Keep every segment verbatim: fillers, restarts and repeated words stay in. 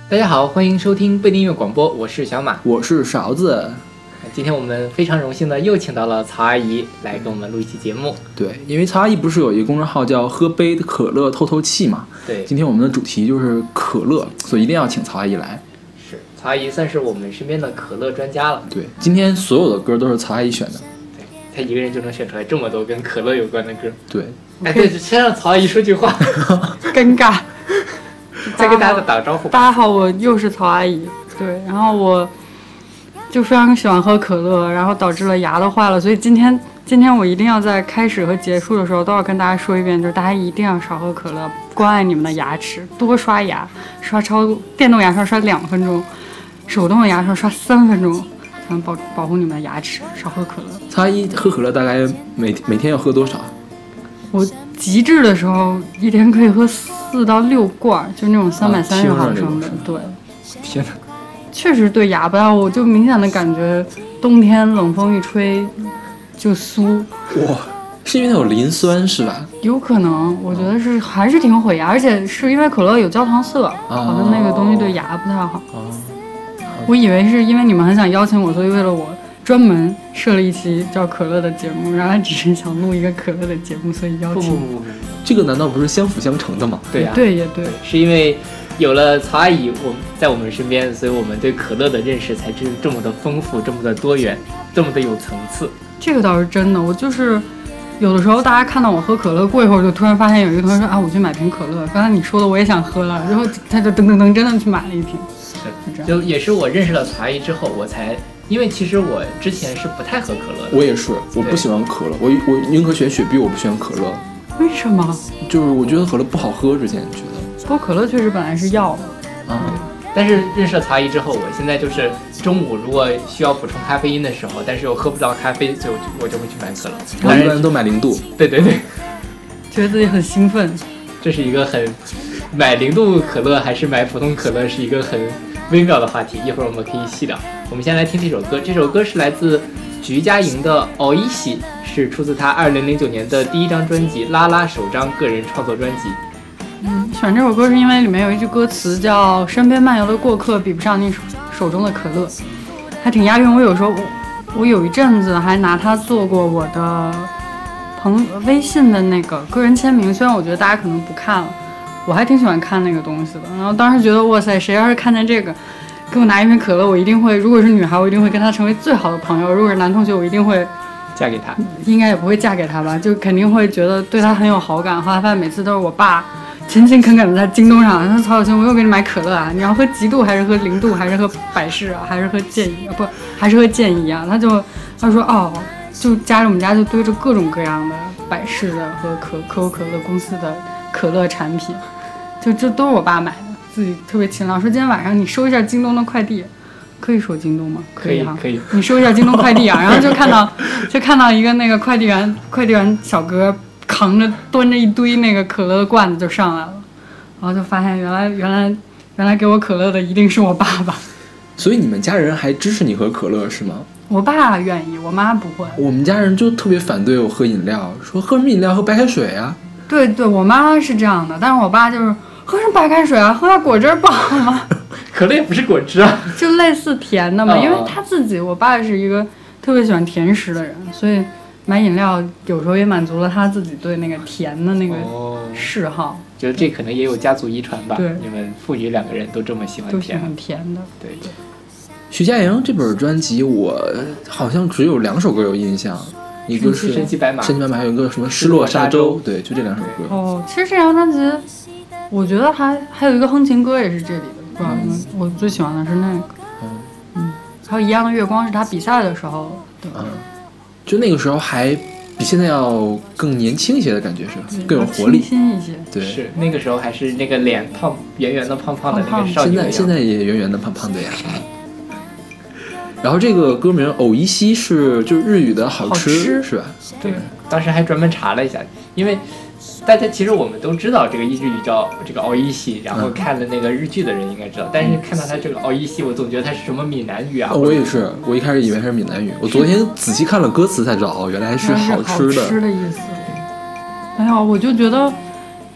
大家好，欢迎收听贝丁音乐广播，我是小马， 我是勺子。 今天我们非常荣幸的又请到了曹阿姨来跟我们录一期节目。 对，因为曹阿姨不是有一个公众号叫喝杯的可乐透透气嘛？ 对， 今天我们的主题就是可乐，所以一定要请曹阿姨来。 是，曹阿姨算是我们身边的可乐专家了。 对，今天所有的歌都是曹阿姨选的。 对，她一个人就能选出来这么多跟可乐有关的歌。 对， 哎，对，先让曹阿姨说句话。 尴尬。 再跟大家打个招呼。 大家好，我又是曹阿姨。对，然后我就非常喜欢喝可乐，然后导致了牙都坏了，所以今天今天我一定要在开始和结束的时候都要跟大家说一遍，就是大家一定要少喝可乐，关爱你们的牙齿，多刷牙，刷超电动牙刷刷两分钟，手动的牙刷刷三分钟，才能保保护你们的牙齿。少喝可乐。 曹阿姨喝可乐大概每每天要喝多少？ 我极致的时候一天可以喝四到六罐，就那种三百三十毫升的。对， 天哪， 确实对牙不太好，我就明显的感觉冬天冷风一吹就酥。 哇，是因为它有磷酸是吧？ 有可能，我觉得是还是挺毁牙，而且是因为可乐有焦糖色，好像那个东西对牙不太好。 哦， 我以为是因为你们很想邀请我，所以为了我专门设了一期叫可乐的节目，然后只是想录一个可乐的节目，所以邀请。 不不不不， 这个难道不是相辅相成的吗？ 对呀、啊， 对也对， 是因为有了曹阿姨我们在我们身边，所以我们对可乐的认识才是这么的丰富，这么的多元，这么的有层次。 这个倒是真的，我就是有的时候大家看到我喝可乐，过一会儿就突然发现有一个同学说啊，我去买瓶可乐，刚才你说的我也想喝了，然后他就噔噔噔真的去买了一瓶。 是，就也是我认识了曹阿姨之后，我才。因为其实我之前是不太喝可乐的。 我也是，我不喜欢可乐，我我宁可选雪碧，我不喜欢可乐。 为什么？ 就是我觉得可乐不好喝，之前觉得。 不过可乐确实本来是药啊、嗯，但是认识了曹阿姨之后，我现在就是中午如果需要补充咖啡因的时候，但是又喝不着咖啡，所以我就我就会去买可乐。 我一般都买零度。 对对对， 觉得自己很兴奋。 这是一个很买零度可乐还是买普通可乐是一个很微妙的话题，一会儿我们可以细聊。我们先来听这首歌，这首歌是来自徐佳莹的《おいしい》，是出自她二零零九年的第一张专辑《拉拉》首张个人创作专辑。 嗯，选这首歌是因为里面有一句歌词叫“身边漫游的过客比不上你手手中的可乐”，还挺押韵。我有时候我我有一阵子还拿它做过我的朋微信的那个个人签名，虽然我觉得大家可能不看了，我还挺喜欢看那个东西的。然后当时觉得哇塞，谁要是看见这个给我拿一瓶可乐，我一定会，如果是女孩我一定会跟她成为最好的朋友，如果是男同学我一定会嫁给他， 应该也不会嫁给他吧，就肯定会觉得对他很有好感。后来发现每次都是我爸勤勤恳恳的在京东上，他说曹小青我又给你买可乐啊，你要喝极度还是喝零度还是喝百事啊还是喝健怡啊，不还是喝健怡啊，他就他说哦，就家里我们家就堆着各种各样的百事的和可可口可乐公司的可乐产品，就这都是我爸买的，自己特别勤劳，说今天晚上你收一下京东的快递，可以说京东吗？可以哈， 可以， 你收一下京东快递啊。然后就看到就看到一个那个快递员快递员小哥扛着端着一堆那个可乐的罐子就上来了，然后就发现原来原来原来给我可乐的一定是我爸爸。 所以你们家人还支持你喝可乐是吗？ 我爸愿意，我妈不会。 我们家人就特别反对我喝饮料，说喝什么饮料，喝白开水啊。 对对，我妈是这样的，但是我爸就是喝什么白开水啊，喝点果汁不好吗？ 可乐也不是果汁啊， 就类似甜的嘛、哦、因为他自己，我爸是一个特别喜欢甜食的人，所以买饮料有时候也满足了他自己对那个甜的那个嗜好。 哦、觉得这可能也有家族遗传吧？ 对， 你们父女两个人都这么喜欢甜， 都喜欢甜的。 对对。 徐佳莹这本专辑，我好像只有两首歌有印象，一个是神奇白马， 神奇白马，还有一个什么失落沙洲，对，就这两首歌。 哦，其实这张专辑，我觉得还还有一个哼情歌也是这里的，不知道你们、嗯，我最喜欢的是那个，嗯嗯，还有一样的月光是他比赛的时候的， 嗯，就那个时候还比现在要更年轻一些的感觉是，更有活力， 清新一些。 对， 是那个时候还是那个脸胖圆圆的胖胖的那个少女的样子， 现在现在也圆圆的胖胖的呀。然后这个歌名偶一西是就是日语的好 吃, 好吃是吧？ 对， 当时还专门查了一下，因为大家其实我们都知道这个日语叫这个奥伊西，然后看了那个日剧的人应该知道，嗯、但是看到他这个奥伊西，我总觉得他是什么闽南语啊。 哦、我也是，我一开始以为他是闽南语，我昨天仔细看了歌词才知道，哦，原来是好吃的。 好吃的意思。哎呀，我就觉得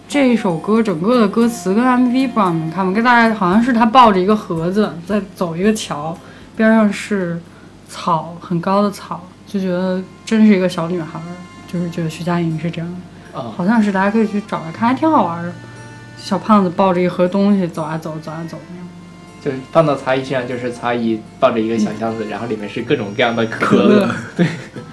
这首歌整个的歌词跟 M V 不知道你们看吗？跟大家好像是他抱着一个盒子在走一个桥，边上是草，很高的草，就觉得真是一个小女孩，就是觉得徐佳莹是这样的。 哦， 好像是，大家可以去找来看，还挺好玩的。小胖子抱着一盒东西走啊走，走啊走那样。 就是放到曹阿姨身上，就是曹阿姨抱着一个小箱子，然后里面是各种各样的可可乐。 对。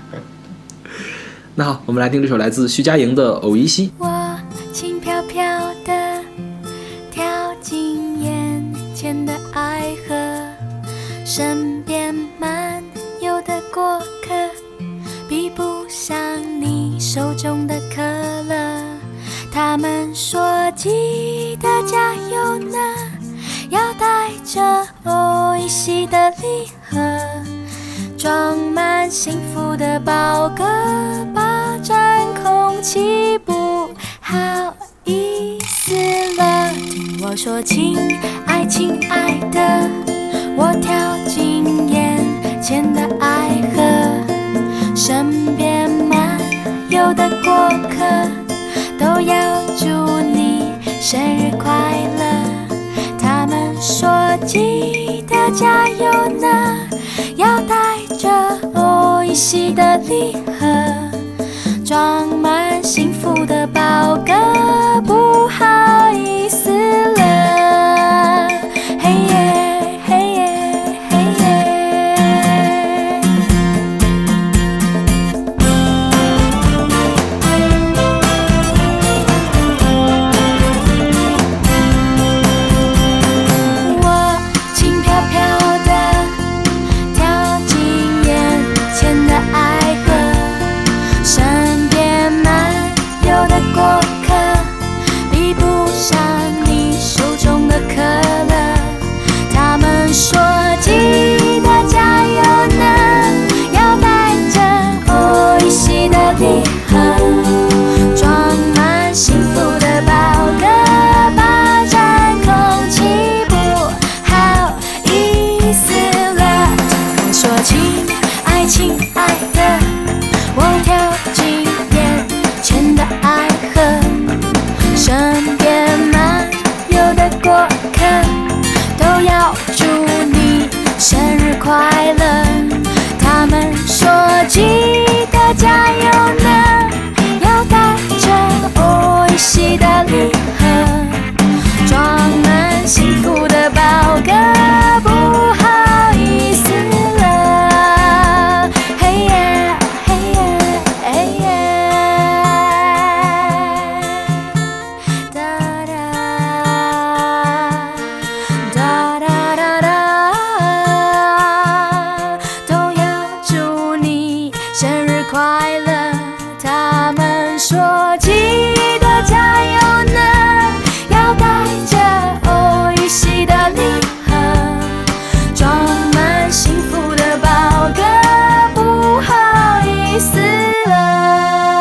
那好，我们来听这首来自徐佳莹的《偶依稀》。 我轻飘飘地跳进眼前的爱河，身边漫游的过客，比不上你手中的可乐。他们说记得加油呢，要带着偶依稀的礼盒，装满幸福的宝格，霸占空气不好意思了。听我说亲爱亲爱的，我跳进眼前的爱河，身边漫游的过客都要祝你生日快乐。他们说记得加油呢，要带着偶依稀的礼盒，装满幸福的宝格，不好意思了。嘿耶嘿耶嘿耶，我轻飘飘的跳进眼前的爱河，身边漫游的过客比不上你手中的可乐。他们说记得加油呢，要带着偶依稀的礼盒，装满幸福的宝格，霸占空气不好意思了。我说亲爱亲爱的，我跳进眼前的爱河，身边漫游的过客都要祝你生日快乐。他们说记得加油呢，要带着偶依稀的礼盒，装满幸福的宝格，不好意思了。嘿耶嘿耶嘿耶，哒哒哒哒哒哒，都要祝你生日快乐。他们说记得加油呢，要带着偶依稀的礼盒，装满幸福的宝格，不好意思了。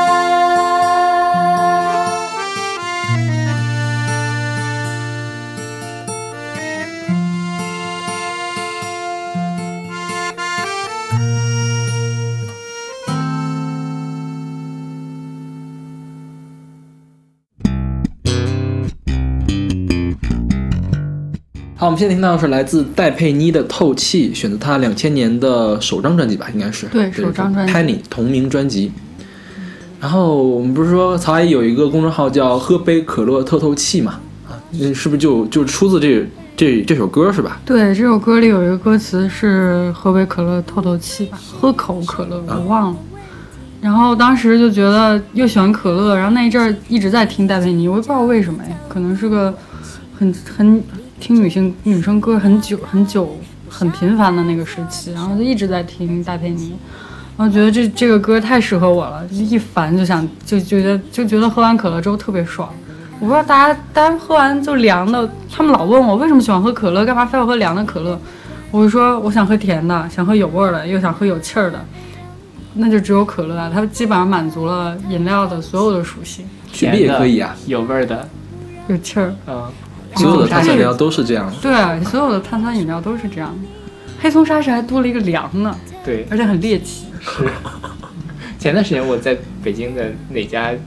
好，我们现在听到的是来自戴佩妮的《透气》，选择她两千年的首张专辑吧，应该是对首张专辑 Penny 同名专辑。然后我们不是说曹阿姨有一个公众号叫喝杯可乐透透气嘛？啊，那是不是就就出自这这这首歌是吧？ 对，这首歌里有一个歌词是喝杯可乐透透气吧，喝口可乐，我忘了。然后当时就觉得又喜欢可乐，然后那一阵儿一直在听戴佩妮，我也不知道为什么哎，可能是个很很听女性女生歌很久很久很频繁的那个时期，然后就一直在听戴佩妮，然后觉得这这个歌太适合我了，一烦就想就觉得就觉得喝完可乐之后特别爽。我不知道大家大家喝完就凉的，他们老问我为什么喜欢喝可乐，干嘛非要喝凉的可乐？我就说我想喝甜的，想喝有味儿的，又想喝有气儿的，那就只有可乐啊，它基本上满足了饮料的所有的属性。 雪碧也可以啊， 有味儿的， 有气儿， 嗯， 所有的碳酸饮料都是这样的。 对啊，所有的碳酸饮料都是这样的。黑松沙士还多了一个凉呢， 对， 而且很猎奇。 是。前段时间我在北京的哪家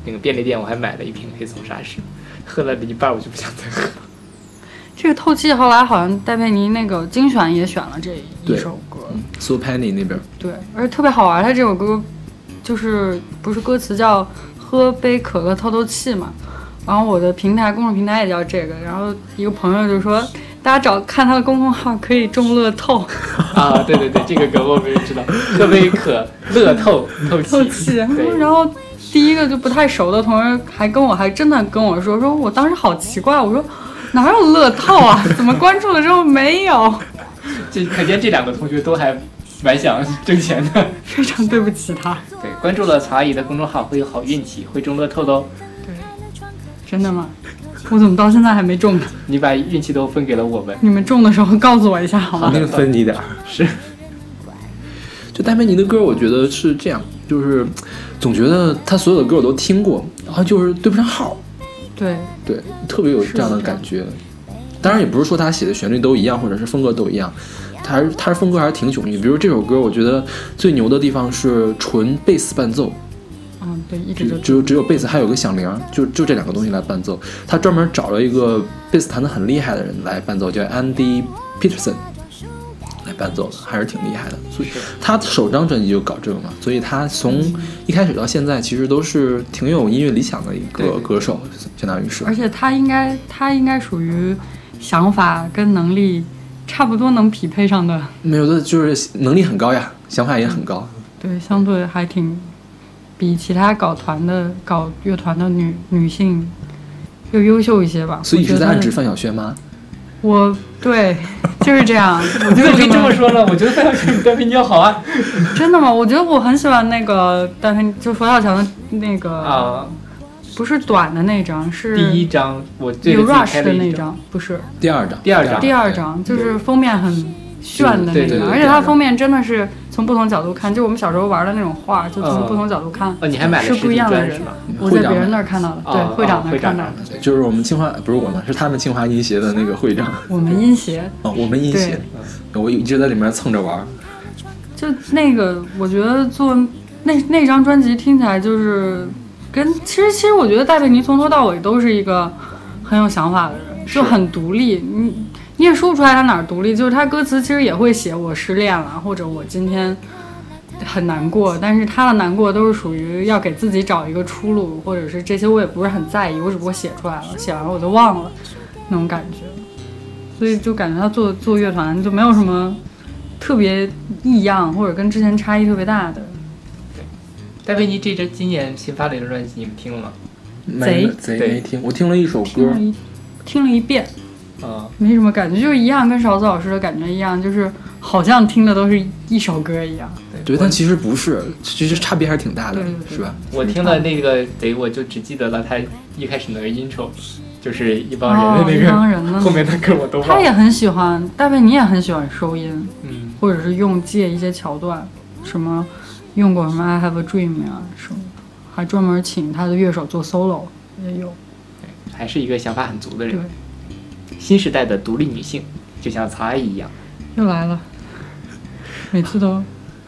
那个便利店，我还买了一瓶黑松沙士，喝了一半我就不想再喝了。 这个透气后来好像戴佩妮那个精选也选了这一首歌， 嗯 So Penny 那边对，而且特别好玩。他这首歌就是不是歌词叫喝杯可乐透透气嘛，然后我的平台公众平台也叫这个，然后一个朋友就说大家找看他的公众号可以中乐透啊，对对对，这个梗我们也知道，喝杯可乐透透气。 透气， 对， 然后第一个就不太熟的同学还跟我还真的跟我说，说我当时好奇怪，我说哪有乐透啊？怎么关注了之后没有？ 这可见这两个同学都还蛮想挣钱的。 非常对不起他。 对，关注了曹阿姨的公众号会有好运气，会中乐透的哦。 对，真的吗？我怎么到现在还没中呢？ 你把运气都分给了我们。 你们中的时候告诉我一下好吗？ 肯定分你点儿。 是。 就戴佩妮的歌，我觉得是这样，就是总觉得她所有的歌我都听过，然后就是对不上号。 对对，特别有这样的感觉。当然也不是说他写的旋律都一样，或者是风格都一样，他还是他的风格还是挺迥异。比如这首歌，我觉得最牛的地方是纯贝斯伴奏。 嗯，对，一直就只有只有贝斯，还有个响铃，就就这两个东西来伴奏。他专门找了一个贝斯弹得很厉害的人来伴奏，叫 Andy Peterson 来伴奏的，还是挺厉害的。所以他首张专辑就搞这个嘛，所以他从一开始到现在，其实都是挺有音乐理想的一个歌手，相当于是。 而且他应该他应该属于想法跟能力差不多能匹配上的。 没有的，就是能力很高呀，想法也很高。 对，相对还挺比其他搞团的搞乐团的女女性又优秀一些吧。 所以是在暗指范晓萱吗？ 我对就是这样。我就可以这么说了，我觉得范晓萱比戴佩妮要好啊。 真的吗？我觉得我很喜欢那个戴佩妮，就佛跳墙的那个啊。 不是短的那张，是第一张，我对有 rush 的那张，不是第二张， 第二张， 第二张就是封面很炫的那张， 而且它封面真的是从不同角度看，就我们小时候玩的那种画，就从不同角度看， 哦，你还买了是不一样的人。我在别人那儿看到的，对，会长那儿看到的， 就是我们清华不是我们，是他们清华音协的那个会长。 我们音协， 哦，我们音协，我一直在里面蹭着玩。 就那个，我觉得做那那张专辑听起来就是。跟其实其实我觉得戴佩妮从头到尾都是一个很有想法的人，就很独立。你你也说不出来他哪儿独立，就是他歌词其实也会写我失恋了，或者我今天很难过，但是他的难过都是属于要给自己找一个出路，或者是这些我也不是很在意，我只不过写出来了，写完了我就忘了那种感觉。所以就感觉他做做乐团就没有什么特别异样，或者跟之前差异特别大的。 戴佩妮这张今年新发的一张专辑，你们听了吗？ 贼贼没听，我听了一首歌， 听了一, 听了一遍， 啊， 没什么感觉，就是一样，跟勺子老师的感觉一样，就是好像听的都是一首歌一样。 对，但其实不是，其实差别还是挺大的， 对对对， 是吧？ 我听了那个贼，我就只记得了他一开始那个 intro， 就是一帮人的那个， 哦、人的后面的歌我都忘了。 他也很喜欢，戴佩妮也很喜欢收音， 嗯， 或者是用借一些桥段，什么。用过什么 I Have a Dream 呀、啊、什么，还专门请他的乐手做 solo 也有， 还是一个想法很足的人。 对， 新时代的独立女性，就像曹阿姨一样。 又来了，每次都。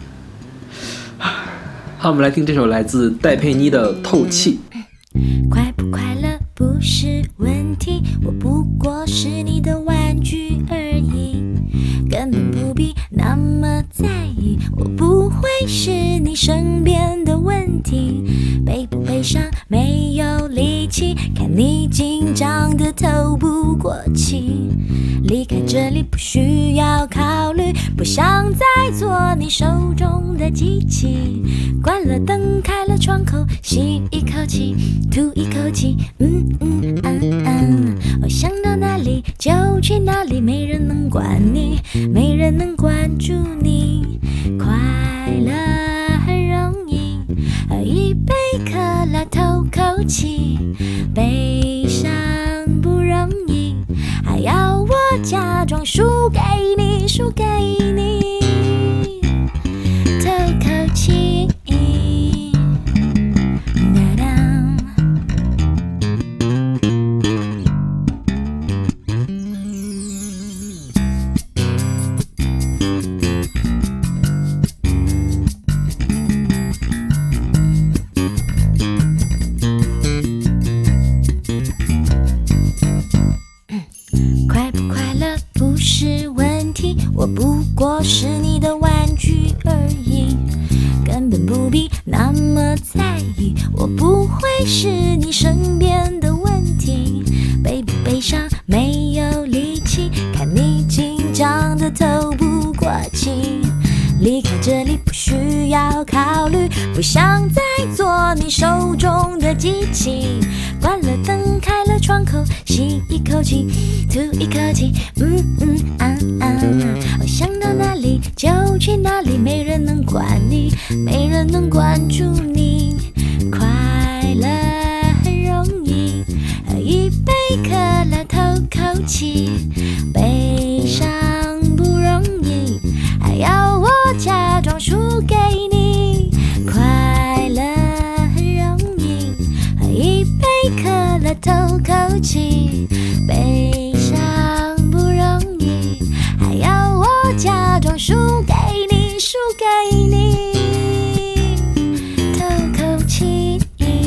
好，我们来听这首来自戴佩妮的《透气》。 快不快乐不是问题，我不过是你的玩具而已，根本不必那么在意，我不会是你身边的问题。悲不悲伤没有力气，看你紧张的透不过气，离开这里不需要考虑，不想再做你手中的机器。关了灯开了窗口，吸一口气吐一口气，嗯嗯嗯嗯，我想到哪里就去哪里，没人能管你，没人能关注你。快乐很容易，喝一杯可乐透口气，悲伤不容易，还要我假装输给你，输给你，透口气。 过是你的玩具而已，根本不必那么在意，我不会是你身边的问题，悲不悲伤没有力气，看你紧张的透不过气，离开这里不需要考虑，不想再做你手中的机器，关了灯开了窗口，吸一口气吐一口气，嗯嗯啊啊，我想到哪里就去哪里，没人能管你，没人能关注你，快乐很容易，喝一杯可乐透口气，悲伤不容易，还要我假装输给你，快乐很容易，喝一杯可乐透口气，悲伤不容易，还要我假装输给你，输给你，透口气。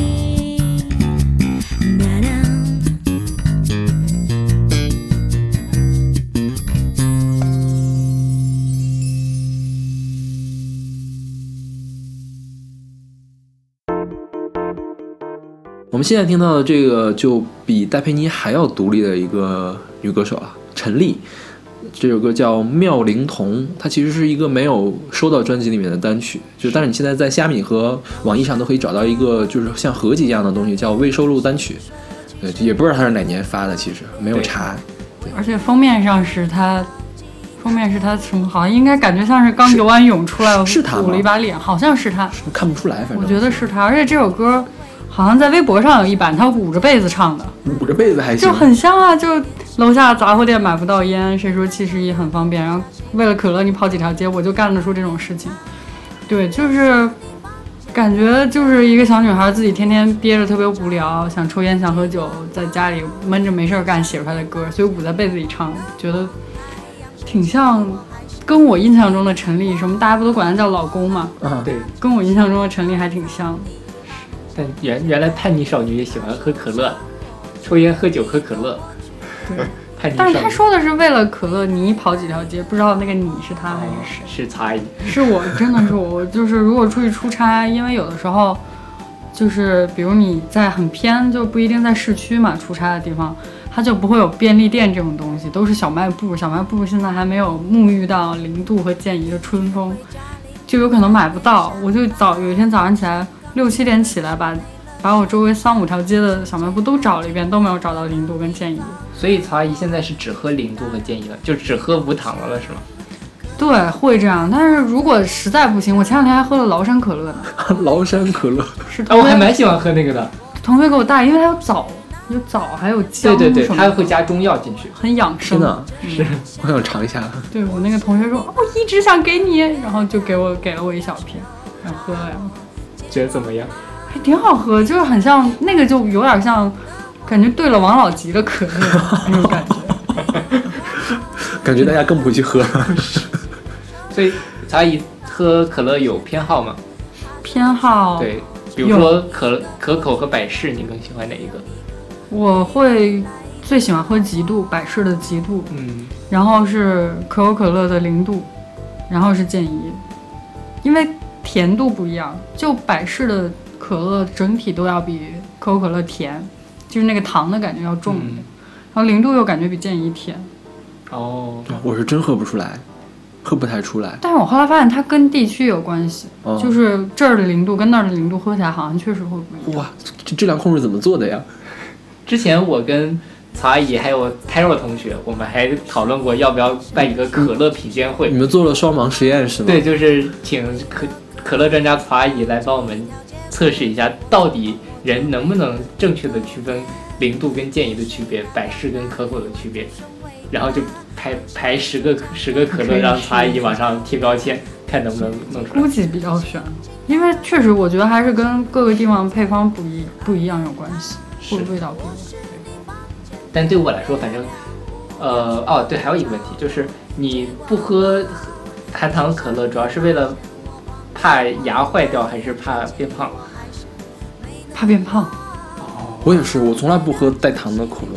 我们现在听到的这个就比戴佩妮还要独立的一个女歌手啊，陈粒。这首歌叫《妙龄童》，它其实是一个没有收到专辑里面的单曲，就但是你现在在虾米和网易上都可以找到一个就是像合集一样的东西，叫未收录单曲。对，也不知道它是哪年发的，其实没有查。 而且封面上是他，封面是他什么？好像应该感觉像是刚游完泳出来， 是他吗？ 捂了一把脸，好像是他， 看不出来，反正我觉得是他。而且这首歌好像在微博上有一版，他捂着被子唱的， 捂着被子还行， 就很像啊。就楼下杂货店买不到烟，谁说七十一很方便？然后为了可乐你跑几条街，我就干得出这种事情。对，就是感觉就是一个小女孩自己天天憋着特别无聊，想抽烟想喝酒，在家里闷着没事干写出来的歌，所以捂在被子里唱，觉得挺像跟我印象中的陈粒，什么大家不都管她叫老公嘛？ 啊， 对， 跟我印象中的陈粒还挺像的。 但原原来叛逆少女也喜欢喝可乐，抽烟喝酒喝可乐。 对， 叛逆少女。 但是他说的是为了可乐你跑几条街，不知道那个你是他还是谁？ 哦、是擦一。 是我，真的是我。我就是如果出去出差，因为有的时候就是比如你在很偏，就不一定在市区嘛，出差的地方它就不会有便利店这种东西，都是小卖部。小卖部现在还没有沐浴到零度和建怡的春风，就有可能买不到。我就早有一天早上起来六七点起来把把我周围三五条街的小卖部都找了一遍，都没有找到零度跟建怡。 所以曹阿姨现在是只喝零度和建怡了，就只喝无糖的了，是吗？ 对，会这样。但是如果实在不行，我前两天还喝了崂山可乐呢。 崂山可乐是、 啊，我还蛮喜欢喝那个的。 同学给我带，因为它有枣，有枣还有姜， 对对对，它会加中药进去， 很养生。 真的、 嗯、 是，我想尝一下。 对，我那个同学说，我一直想给你，然后就给我给了我一小瓶，然后喝了两口。 觉得怎么样？ 还挺好喝，就是很像那个，就有点像，感觉兑了王老吉的可乐那种感觉。 感觉大家更不去喝。 所以曹阿姨喝可乐有偏好吗？ 偏好对，比如说可可口和百事，你更喜欢哪一个？ 我会最喜欢喝极度，百事的极度， 嗯， 然后是可口可乐的零度，然后是建怡，因为甜度不一样，就百事的可乐整体都要比可口可乐甜，就是那个糖的感觉要重一点、嗯、然后零度又感觉比建怡甜。 哦， 我是真喝不出来，喝不太出来。 但是我后来发现它跟地区有关系、 哦、 就是这儿的零度跟那儿的零度喝起来好像确实会不一样。 哇，这质量控制怎么做的呀？ 之前我跟曹阿姨还有泰若同学，我们还讨论过要不要办一个可乐品鉴会。 你们做了双盲实验是吗？ 对，就是请可可乐专家曹阿姨来帮我们测试一下，到底人能不能正确的区分零度跟建怡的区别，百事跟可口的区别，然后就排排十个十个可乐，让曹阿姨往上贴标签，看能不能弄出来。 估计比较悬，因为确实我觉得还是跟各个地方配方不一不一样有关系，或者味道不一样。 但对我来说，反正，呃，哦，对，还有一个问题就是，你不喝含糖可乐，主要是为了怕牙坏掉，还是怕变胖？ 怕变胖。 我也是，我从来不喝带糖的可乐。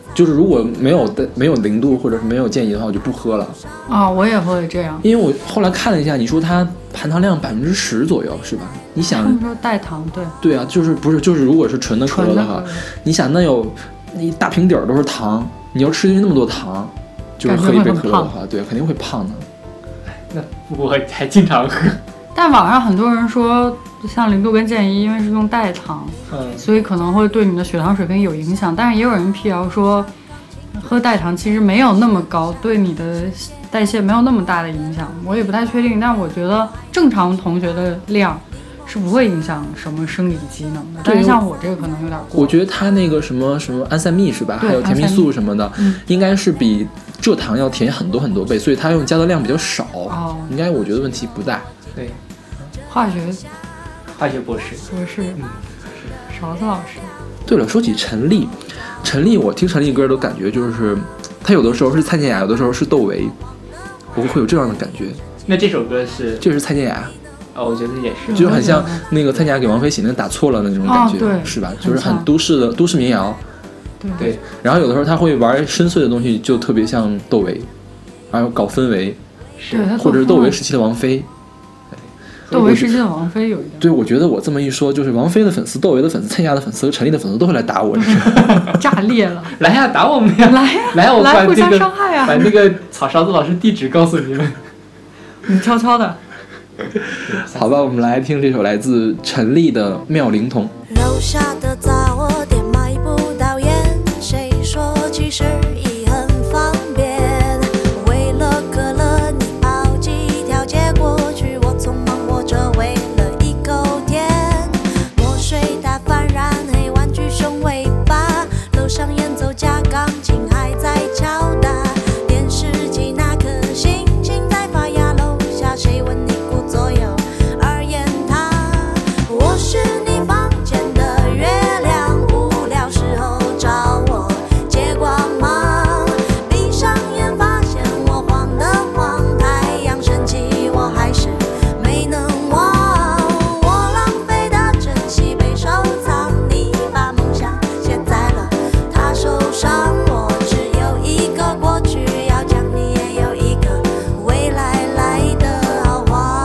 就是如果没有的没有零度或者是没有建议的话，我就不喝了。 啊、哦，我也会这样。 因为我后来看了一下，你说它含糖量百分之十左右是吧？你想， 他们说代糖，对。 对啊，就是不是就是如果是纯的可乐的话，你想那有一大瓶底儿都是糖，你要吃进去那么多糖，就是喝一杯可乐的话，对，肯定会胖的。 那我还经常喝。 但网上很多人说，像零度跟健怡，因为是用代糖， 嗯， 所以可能会对你的血糖水平有影响。但是也有人辟谣说，喝代糖其实没有那么高，对你的代谢没有那么大的影响。我也不太确定，但我觉得正常同学的量是不会影响什么生理机能的。但是像我这个可能有点过。 我觉得它那个什么什么安赛蜜是吧，还有甜蜜素什么的， 嗯、 应该是比蔗糖要甜很多很多倍，所以它用加的量比较少。 哦， 应该我觉得问题不大。 对， 化学化学博士博士， 嗯， 勺子老师。 对了，说起陈粒，陈粒我听陈粒歌都感觉就是他有的时候是蔡健雅，有的时候是窦唯，我会有这样的感觉。 那这首歌是这是蔡健雅。 哦，我觉得也是， 就很像那个蔡健雅给王菲写那打错了的那种感觉， 哦、对， 是吧？就是很都市的都市民谣。 对对。 然后有的时候他会玩深邃的东西，就特别像窦唯，还有搞氛围， 是或者是窦唯时期的王菲。 窦唯时期的王菲有一点。 对，我觉得我这么一说，就是王菲的粉丝、窦唯的粉丝、蔡健雅的粉丝和陈粒的粉丝都会来打我，这是炸裂了！ 来呀，打我们呀！ 来呀， 来呀，我来互相伤害啊！ 把那个草勺子老师地址告诉你们， 你悄悄的。 好吧，我们来听这首来自陈粒的《妙龄童》。 楼下的杂货店买不到烟，谁说其实已很方便？为了可乐，你跑几条街过去，我匆忙活着为了一口甜。墨水它泛染黑玩具熊尾巴，楼上演奏家钢琴还在敲打，电视机那颗星星在发芽，楼下谁问你左右而言他，我是你房间的月亮，无聊时候找我借光芒，闭上眼发现我晃得晃，太阳升起我还是没能忘，我浪费的珍惜被收藏，你把梦想写在了他手上，我只有一个过去要讲，你也有一个未来来的好话。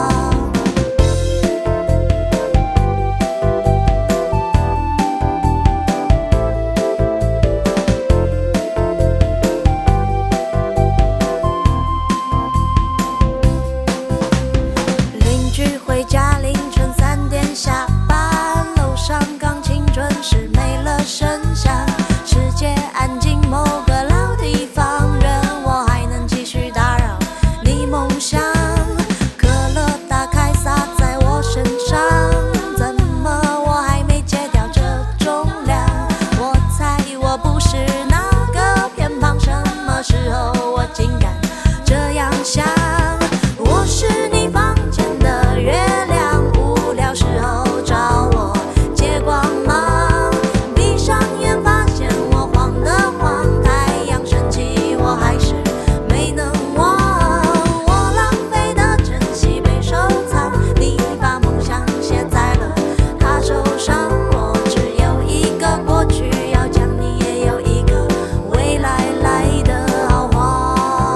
邻居回家凌晨三点下班，楼上钢琴准时没了声响，世界安静某个老地方，愿我还能继续打扰你梦想，可乐打开洒在我身上，怎么我还没戒掉这重量，我猜我不是那个偏胖，什么时候我竟敢这样想，我是你房间的月亮，无聊时候找我借光芒，闭上眼发现我晃得晃，太阳升起我还是没能忘，我浪费的珍惜被收藏，你把梦想写在了他手上，我只有一个过去要讲，你也有一个未来来的好话。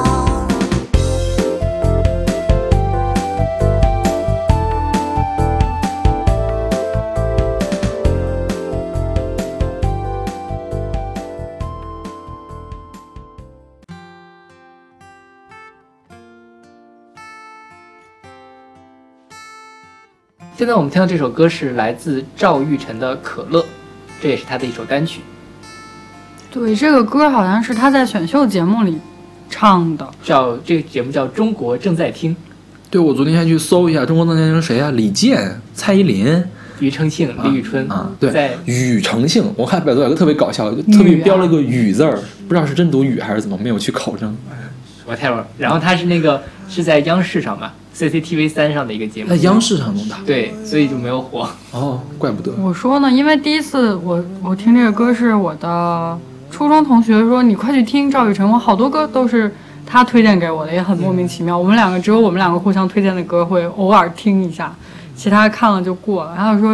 现在我们听到这首歌是来自赵玉晨的《可乐》，这也是他的一首单曲。 对，这个歌好像是他在选秀节目里唱的， 叫这个节目叫《中国正在听》。 对，我昨天还去搜一下中国正在听谁啊？李健、蔡依林、 庾澄庆、李宇春啊，对， 在庾澄庆，我看百度有个特别搞笑，就特别标了个庾字儿，不知道是真读庾还是怎么，没有去考证。 whatever，然后他是那个是在央视上吧 ，C C T V 三上的一个节目。 在央视上弄的。 对，所以就没有火。 哦，怪不得。 我说呢，因为第一次我我听这个歌是我的初中同学说，你快去听赵雨辰，我好多歌都是他推荐给我的，也很莫名其妙。嗯、我们两个只有我们两个互相推荐的歌会偶尔听一下，其他看了就过了。然后说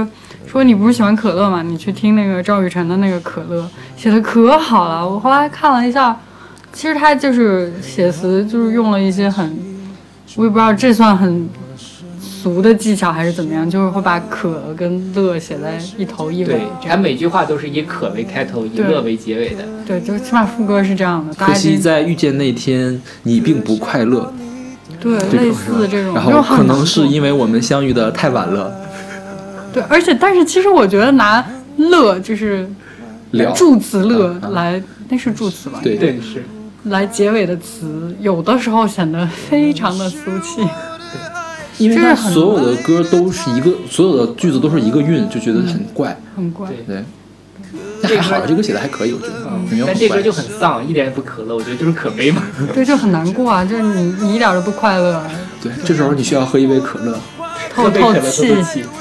说你不是喜欢可乐吗？你去听那个赵雨辰的那个可乐，写的可好了。我后来看了一下，其实他就是写词，就是用了一些很，我也不知道这算很俗的技巧还是怎么样，就是会把可跟乐写在一头一尾。 对，他每句话都是以可为开头，以乐为结尾的。 对，就起码副歌是这样的。 可惜在遇见那天，你并不快乐。 对，类似这种。 然后可能是因为我们相遇的太晚了。 对，而且但是其实我觉得拿乐就是助词乐来，那是助词吧？ 对对是。 来结尾的词，有的时候显得非常的俗气。 因为他所有的歌都是一个，所有的句子都是一个韵，就觉得很怪， 很怪。 对，那还好，这歌写的还可以，我觉得。 嗯，但这歌就很丧，一点也不可乐，我觉得就是可悲嘛。 对，就很难过啊，就是你你一点都不快乐。 对，这时候你需要喝一杯可乐， 透透气。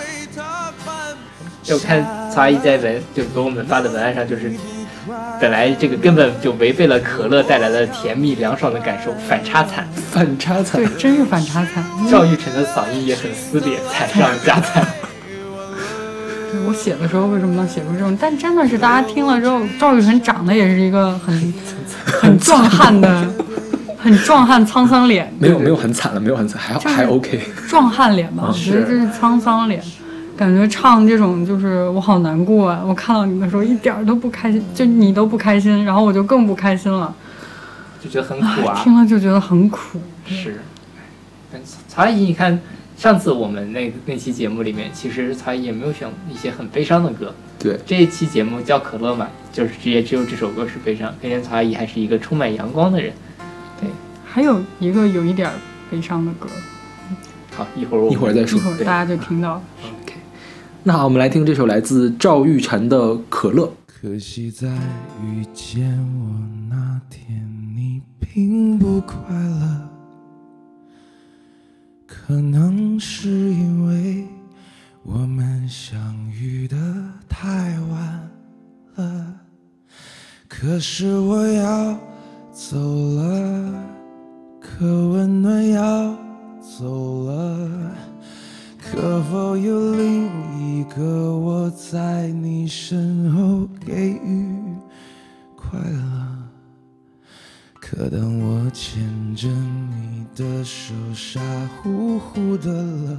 就看曹阿姨在文就给我们发的文案上，就是本来这个根本就违背了可乐带来的甜蜜凉爽的感受，反差惨， 反差惨， 对，真是反差惨。 赵玉成的嗓音也很撕裂，惨上加惨。 对，我写的时候为什么能写出这种？但真的是大家听了之后，赵玉成长得也是一个很很壮汉的。很壮汉沧桑脸， 没有没有很惨了，没有很惨，还还 OK。 壮汉脸吧，我觉得这是沧桑脸。感觉唱这种就是我好难过啊！我看到你的时候一点都不开心，就你都不开心，然后我就更不开心了， 就觉得很苦啊！ 听了就觉得很苦。 是，曹阿姨，你看上次我们那那期节目里面，其实曹阿姨也没有选一些很悲伤的歌。 对， 这一期节目叫可乐嘛，就是直接只有这首歌是悲伤。可见曹阿姨还是一个充满阳光的人。对， 还有一个有一点悲伤的歌。 好，一会儿我一会儿再说， 一会儿大家就听到了。 OK。那好，我们来听这首来自赵玉成的《可乐》。 可惜在遇见我那天，你并不快乐，可能是因为我们相遇的太晚了。可是我要走了，可温暖要走了，可否有另一个我在你身后给予快乐？可当我牵着你的手傻乎乎的了，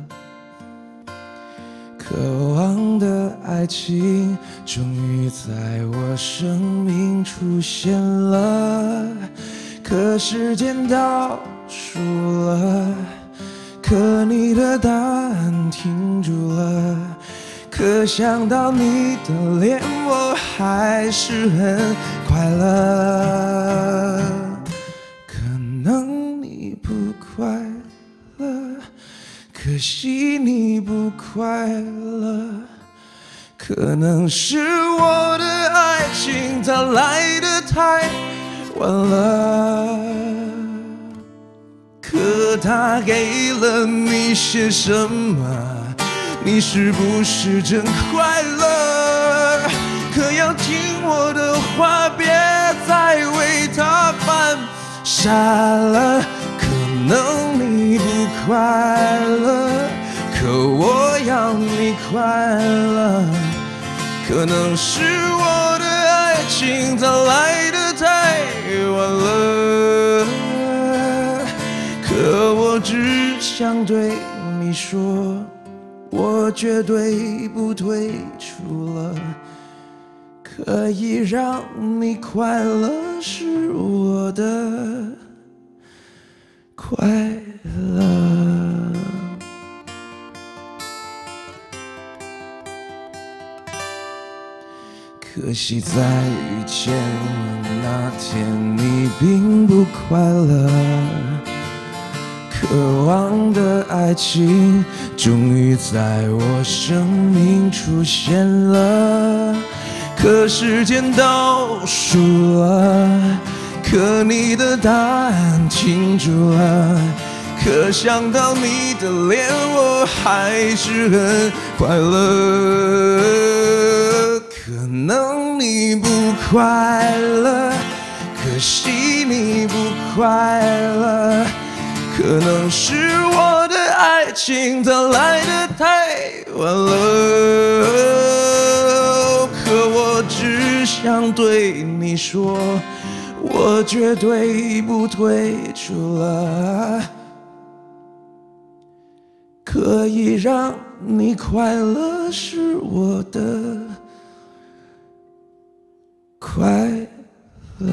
渴望的爱情终于在我生命出现了，可时间倒数了，可你的答案停住了，可想到你的脸我还是很快乐。可能你不快乐，可惜你不快乐，可能是我的爱情它来得太晚了，可它给了你些什么？你是不是真快乐？可要听我的话，别再为它犯傻了。可能你不快乐，可我要你快乐。可能是我的爱情它来得太晚了，可我只想对你说，我绝对不退出了，可以让你快乐是我的快乐。可惜在遇见我那天，你并不快乐，渴望的爱情终于在我生命出现了，可时间倒数了，可你的答案停住了，可想到你的脸我还是很快乐。可能你不快乐，可惜你不快乐，可能是我的爱情它来得太晚了，可我只想对你说，我绝对不退出了，可以让你快乐是我的快乐。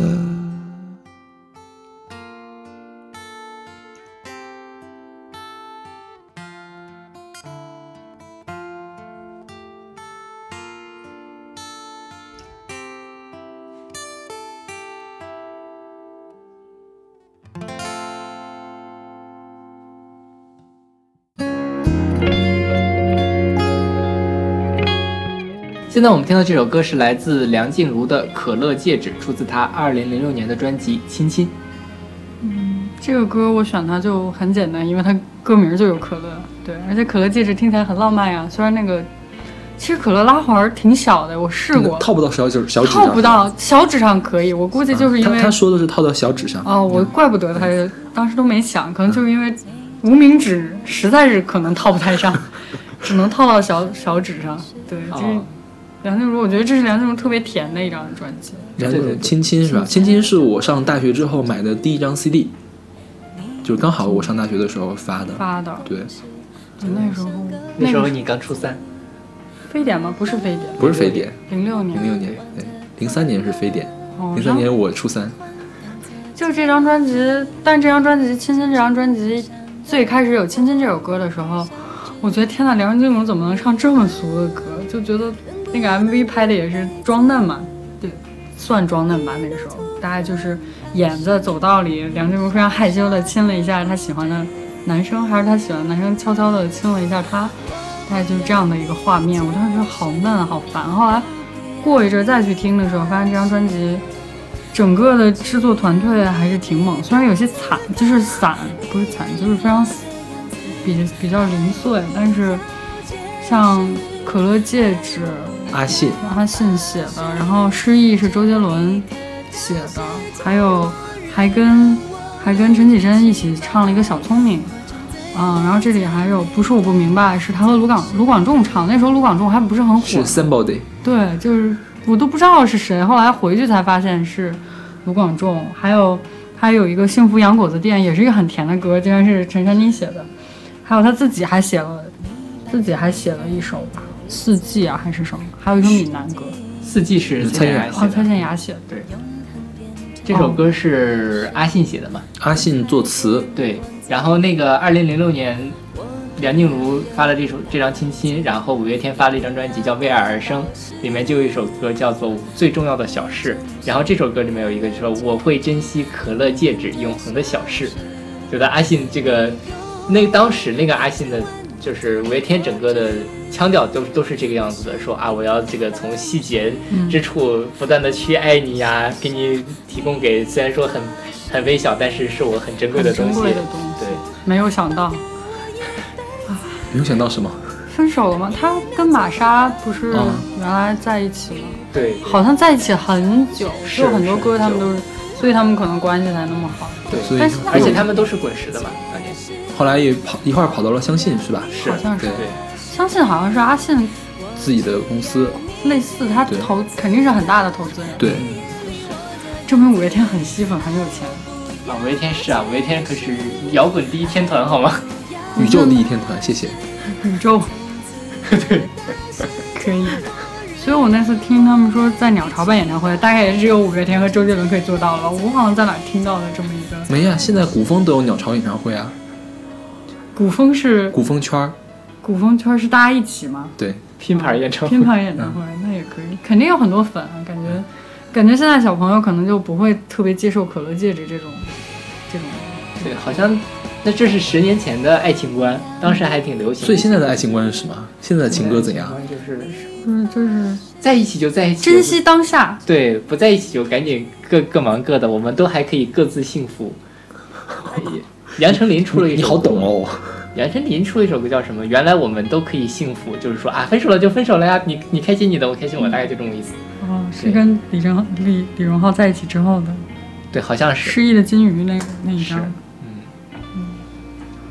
现在我们听到这首歌是来自梁静茹的《可乐戒指》，出自她二零零六年的专辑《亲亲》。 嗯，这个歌我选它就很简单，因为它歌名就有可乐，对，而且可乐戒指听起来很浪漫呀。虽然那个其实可乐拉环挺小的，我试过， 套不到小指小指上， 套不到小指上可以，我估计就是因为、 啊、他, 他说的是套到小指上。 哦，我怪不得他当时都没想，可能就是因为无名指实在是可能套不太上，只能套到小小指上。对，就是。哦，梁静茹，我觉得这是梁静茹特别甜的一张专辑。 梁静茹《亲亲》是吧？《亲亲》是我上大学之后买的第一张 C D， 就是刚好我上大学的时候发的。 发的。 对。 那时候， 那时候你刚初三。 非典吗？不是非典。 不是非典。 零六年。 零六年，对，零三年是非典。零、哦、三年我初三。 就这张专辑，但这张专辑《亲亲》这张专辑最开始有《亲亲》这首歌的时候，我觉得天哪，梁静茹怎么能唱这么俗的歌？就觉得。那个 M V 拍的也是装嫩嘛，对，算装嫩吧。那个时候大概就是演在走道里，梁静茹非常害羞的亲了一下他喜欢的男生，还是他喜欢的男生悄悄的亲了一下他，大概就是这样的一个画面。我当时觉得好嫩好烦。后来过一阵再去听的时候，发现这张专辑整个的制作团队还是挺猛，虽然有些惨，就是散，不是惨，就是非常比比较零碎，但是像可乐戒指。 阿信， 阿信写的，然后失忆是周杰伦写的，还有还跟还跟陈绮贞一起唱了一个小聪明，嗯，然后这里还有不是我不明白，是他和卢广卢广仲唱，那时候卢广仲还不是很火， 是 Somebody， 对，就是我都不知道是谁，后来回去才发现是卢广仲，还有还有一个幸福洋果子店，也是一个很甜的歌，竟然是陈珊妮写的，还有他自己还写了自己还写了一首吧。四季啊还是什么，还有一首闽南歌。 四季是蔡健雅写的， 哦，蔡健雅写的。 对，这首歌是阿信写的嘛？ 阿信作词。 对，然后那个二零零六年，梁静茹发了这首这张《亲亲》，然后五月天发了一张专辑叫《为爱而生》，里面就有一首歌叫做《最重要的小事》，然后这首歌里面有一个说我会珍惜可乐戒指永恒的小事，觉得阿信这个那当时那个阿信的。就是五月天整个的腔调都都是这个样子的，说啊，我要这个从细节之处不断的去爱你呀、啊，给你提供给虽然说很很微小，但是是我很珍贵的东西。 珍贵的东西。对，没有想到， 没有想到什么？ 分手了吗？他跟玛莎不是原来在一起吗？ 对、 嗯，好像在一起很久，就很多歌他们都是，所以他们可能关系才那么好。 对，所以而且他们都是滚石的嘛，当年。 后来也跑一块儿跑到了相信是吧？ 是， 好像是。 对， 相信好像是阿信自己的公司， 类似他投肯定是很大的投资人。 对， 证明五月天很吸粉，很有钱。 啊，五月天是啊，五月天可是摇滚第一天团好吗？ 宇宙第一天团，谢谢。 宇宙， 对， 可以。所以我那次听他们说在鸟巢办演唱会，大概也只有五月天和周杰伦可以做到了。我好像在哪听到的这么一个。 没呀、啊，现在古风都有鸟巢演唱会啊。 古风是古风圈， 古风圈是大家一起吗？ 对， 拼盘演唱会， 拼盘演唱会、嗯、那也可以，肯定有很多粉啊。感觉，嗯、感觉现在小朋友可能就不会特别接受可乐戒指这种，这种。 对，好像那这是十年前的爱情观，当时还挺流行。 所以现在的爱情观是什么？现在的情歌怎样？ 就是嗯，就是在一起就在一起， 珍惜当下。 对，不在一起就赶紧各各忙各的，我们都还可以各自幸福。杨丞琳出了一首歌， 你好懂哦。 杨丞琳出了一首歌叫什么？原来我们都可以幸福，就是说啊，分手了就分手了呀，你你开心你的，我开心我，大概就这么意思。 哦，是跟李荣李李荣浩在一起之后的。 对，好像是失忆的金鱼那个那一张。 嗯嗯。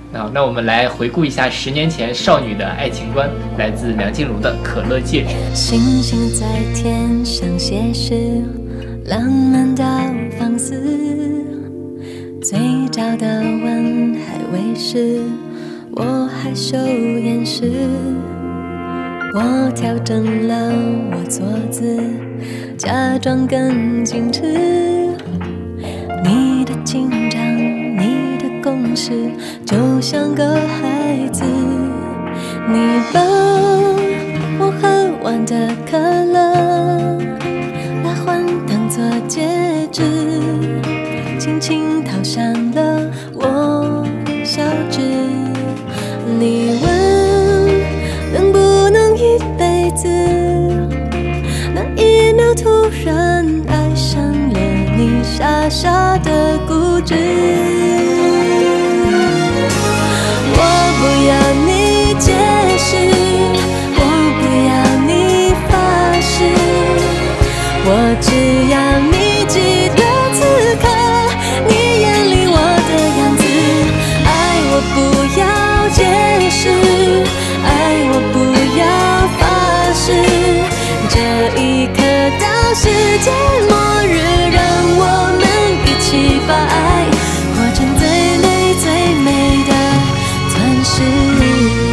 那那我们来回顾一下十年前少女的爱情观，来自梁静茹的《可乐戒指》。 星星在天上写诗，浪漫到放肆，嘴角的吻还未湿，我还羞掩饰。我调整了我坐姿，假装更矜持。你的紧张，你的攻势，就像个孩子。你把我喝完的可乐拿换当作戒指，轻轻套上了我小指。你问能不能一辈子，那一秒突然爱上了你，傻傻的固执。我不要你解释，我不要你发誓，我只要你记得此刻你眼里我的样子。爱我不要解释，爱我不要发誓，这一刻到世界末日，让我们一起把爱活成最美最美的钻石。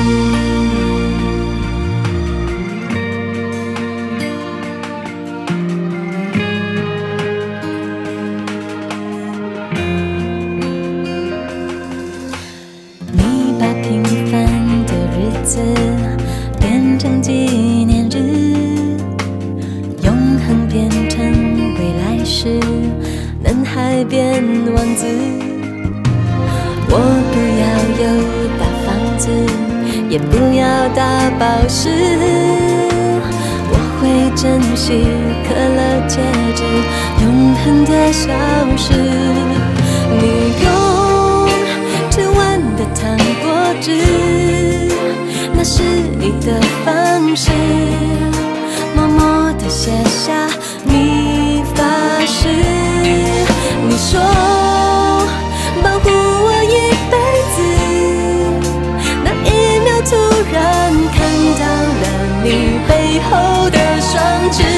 你把平凡的日子变成纪念日，永恒变成未来时男孩变王子。我不要有大房子，也不要大宝石，我会珍惜可乐戒指永恒的消失。你用吃完的糖果汁，那是你的方式，默默地写下你发誓。你说保护我一辈子，那一秒突然看到了你背后的双翅。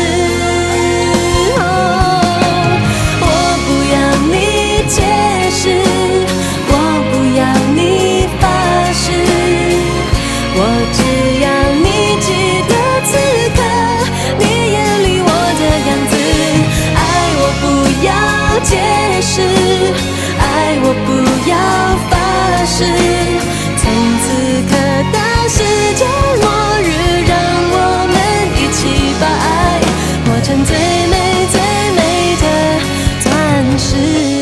哦，我不要你解释，我不要你发誓，我只要你记得此刻你眼里我的样子。爱我不要解释，爱我不要发誓，从此刻到世界末日，让我们一起把爱活成最美最美的钻石。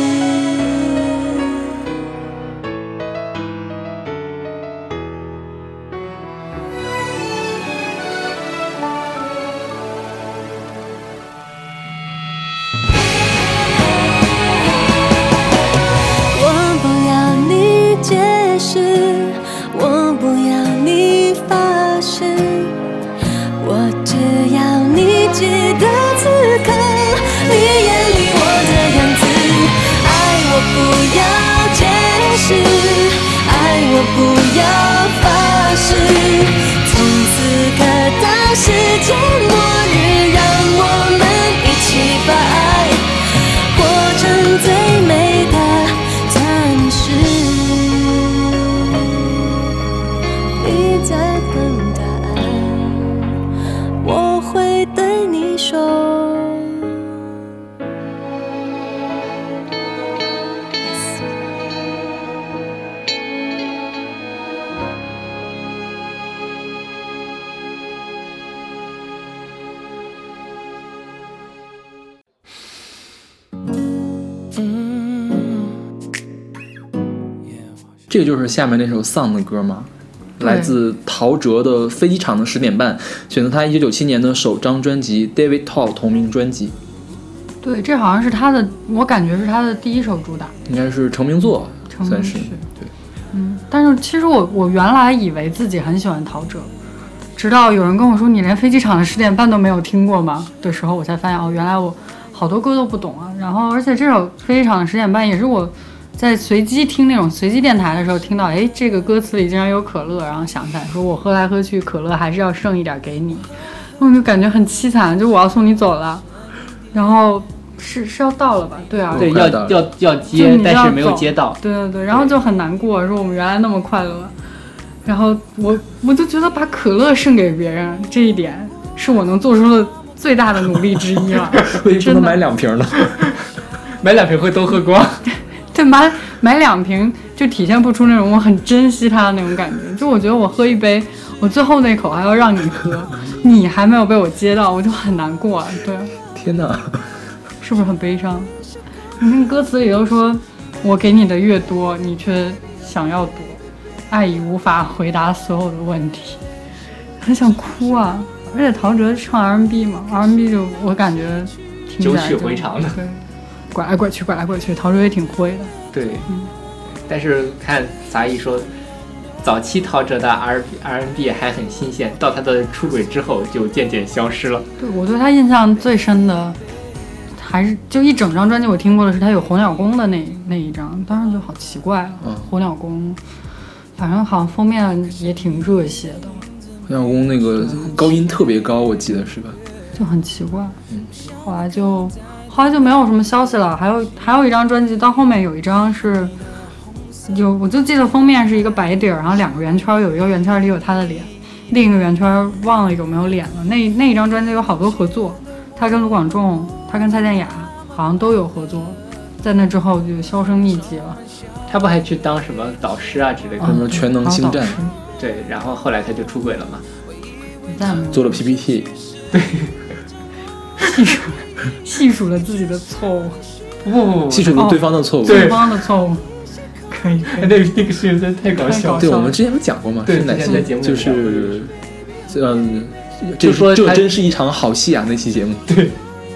我不要你解释，我不要你发誓，我只要你记得此刻你眼里我的样子。爱我不要解释，爱我不要发誓，从此刻到世界末日，让我们一起把爱活成最美的钻石。你在等答案，我会对你说。 这个就是下面那首《Song》的歌吗？来自陶喆的《飞机场的十点半》，选择他一九九七年的首张专辑《David Tao》同名专辑。 对，这好像是他的，我感觉是他的第一首主打， 应该是成名作， 成名算是曲。 对， 嗯，但是其实我我原来以为自己很喜欢陶喆，直到有人跟我说你连飞机场的十点半都没有听过吗的时候，我才发现哦，原来我好多歌都不懂啊。然后而且这首飞机场的十点半也是我在随机听那种随机电台的时候，听到哎这个歌词里竟然有可乐，然后想起来说我喝来喝去，可乐还是要剩一点给你，我就感觉很凄惨，就我要送你走了，然后是是要到了吧？对啊， 对，要要要接，但是没有接到。 对对对，然后就很难过，说我们原来那么快乐，然后我我就觉得把可乐剩给别人这一点是我能做出的最大的努力之一了。 为什么买两瓶呢？ 买两瓶会都喝光。 对，买买两瓶就体现不出那种我很珍惜它的那种感觉。就我觉得我喝一杯，我最后那口还要让你喝，你还没有被我接到，我就很难过。对， 天哪， 是不是很悲伤？你看歌词里都说，我给你的越多，你却想要躲，爱已无法回答所有的问题，很想哭啊！而且陶喆唱 R and B 嘛 ，R and B 就我感觉听起来久曲回肠的。 对，拐来拐去，拐来拐去，陶喆也挺会的。 对，嗯，但是看杂艺说，早期陶喆的 R R and B 还很新鲜，到他的出轨之后就渐渐消失了。 对，我对他印象最深的，还是就一整张专辑我听过的是他有火鸟宫的那那一张，当时就好奇怪了，嗯、火鸟宫，反正好像封面也挺热血的。 火鸟宫那个高音特别高，我记得是吧？ 就很奇怪，嗯，后来就。后来就没有什么消息了，还有还有一张专辑，到后面有一张是，有我就记得封面是一个白底儿，然后两个圆圈，有一个圆圈里有他的脸，另一个圆圈忘了有没有脸了。那那一张专辑有好多合作，他跟卢广仲，他跟蔡健雅好像都有合作，在那之后就销声匿迹了。 他不还去当什么导师啊之类的？ 什么全能星战？ 对，然后后来他就出轨了嘛， 做了 P P T， 对。 细数细数了自己的错误， 不不不， 细数了对方的错误， 对方的错误，可以。 那个那个事情真的太搞笑了。 对，我们之前不讲过吗？ 对， 是哪期节目就是，嗯，就说这真是一场好戏啊！那期节目， 对，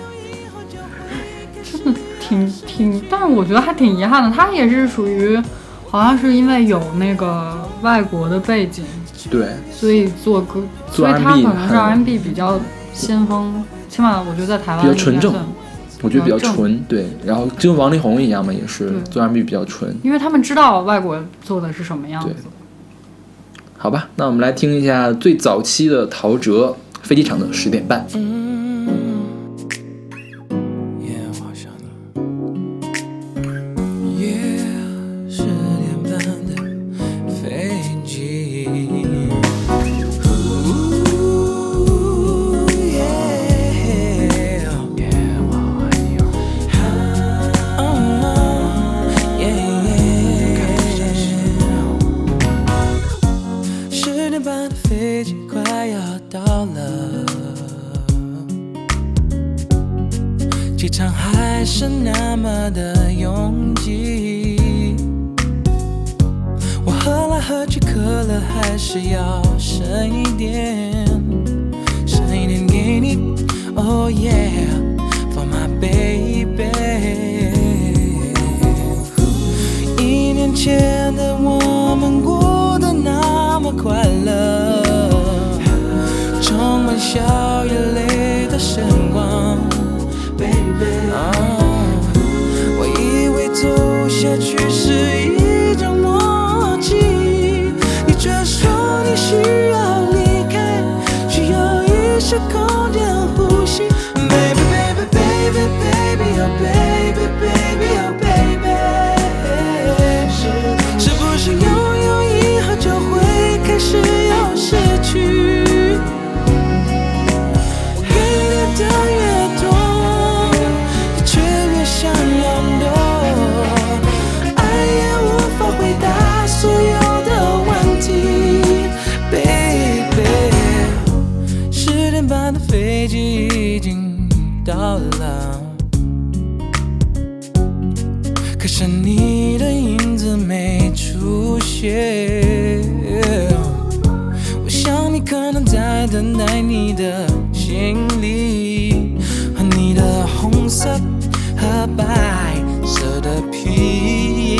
真的挺挺，但是我觉得还挺遗憾的。他也是属于，好像是因为有那个外国的背景， 对， 所以做歌，所以他可能是 R and B 比较先锋。起码我觉得在台湾比较纯正，我觉得比较纯，对。然后就跟王力宏一样嘛，也是做 R and B 比较纯， 因为他们知道外国做的是什么样子。 好吧，那我们来听一下最早期的陶喆，飞机场的十点半。 嗯 yeah, 十点半的飞机。飞机快要到了，机场还是那么的拥挤，我喝来喝去，可乐还是要剩一点，剩一点给你 ，Oh yeah, for my baby。一年前的我们过得那么快乐，充满笑与泪的时光 ，baby、oh, 我以为走下去是一种默契，你却说你需要离开，需要一些空间呼吸 ，baby baby baby baby oh baby baby oh baby， 是是不是拥有以后就会开始有失去？飞机已经到了，可是你的影子没出现。我想你可能在等待你的行李和你的红色和白色的皮。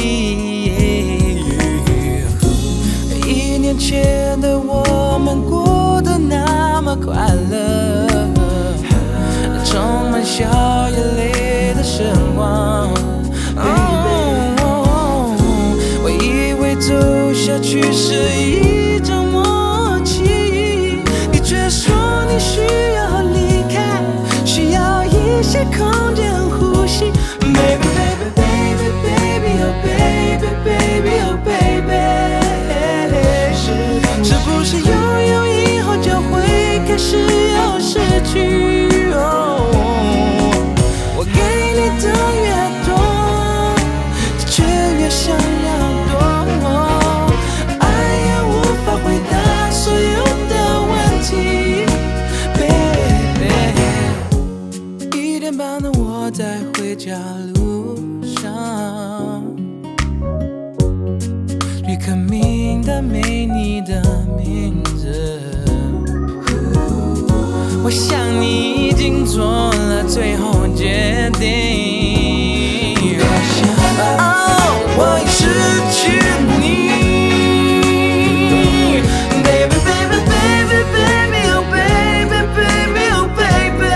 一年前的我们过得那么快乐，充满笑与泪的时光。Oh, 许是一种默契，你却说你需要离开，需要一些空间呼吸。Baby baby baby baby oh baby baby oh baby， 是是不是拥有以后就会开始有失去？哦，我给你的越多，却越想要多，爱也无法回答所有的问题。Baby， 一点半的我在回家路上，旅客名单没你的名字，我想你已经做了最后决定。哦，我已失去你。Baby baby baby baby oh baby baby oh baby，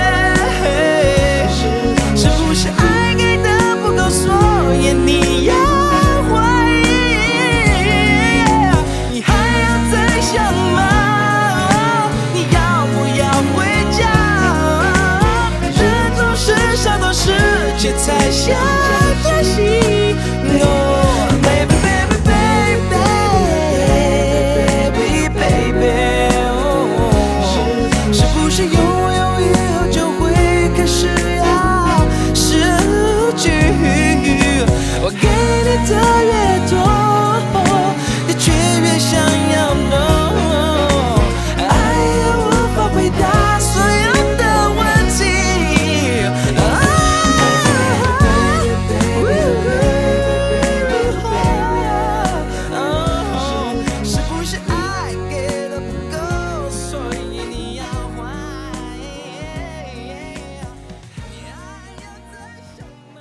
是不是爱给的不够，所以你要怀疑？你还要再想吗？你要不要回家？人总是想多世界才想珍惜。Oh baby baby baby baby baby， 哦，是不是拥有以后就会开始要失去？我给你的越多，你却越想要多，爱也无法回答所有的问题。是不是爱给的不够，所以你要还？你还要再想吗？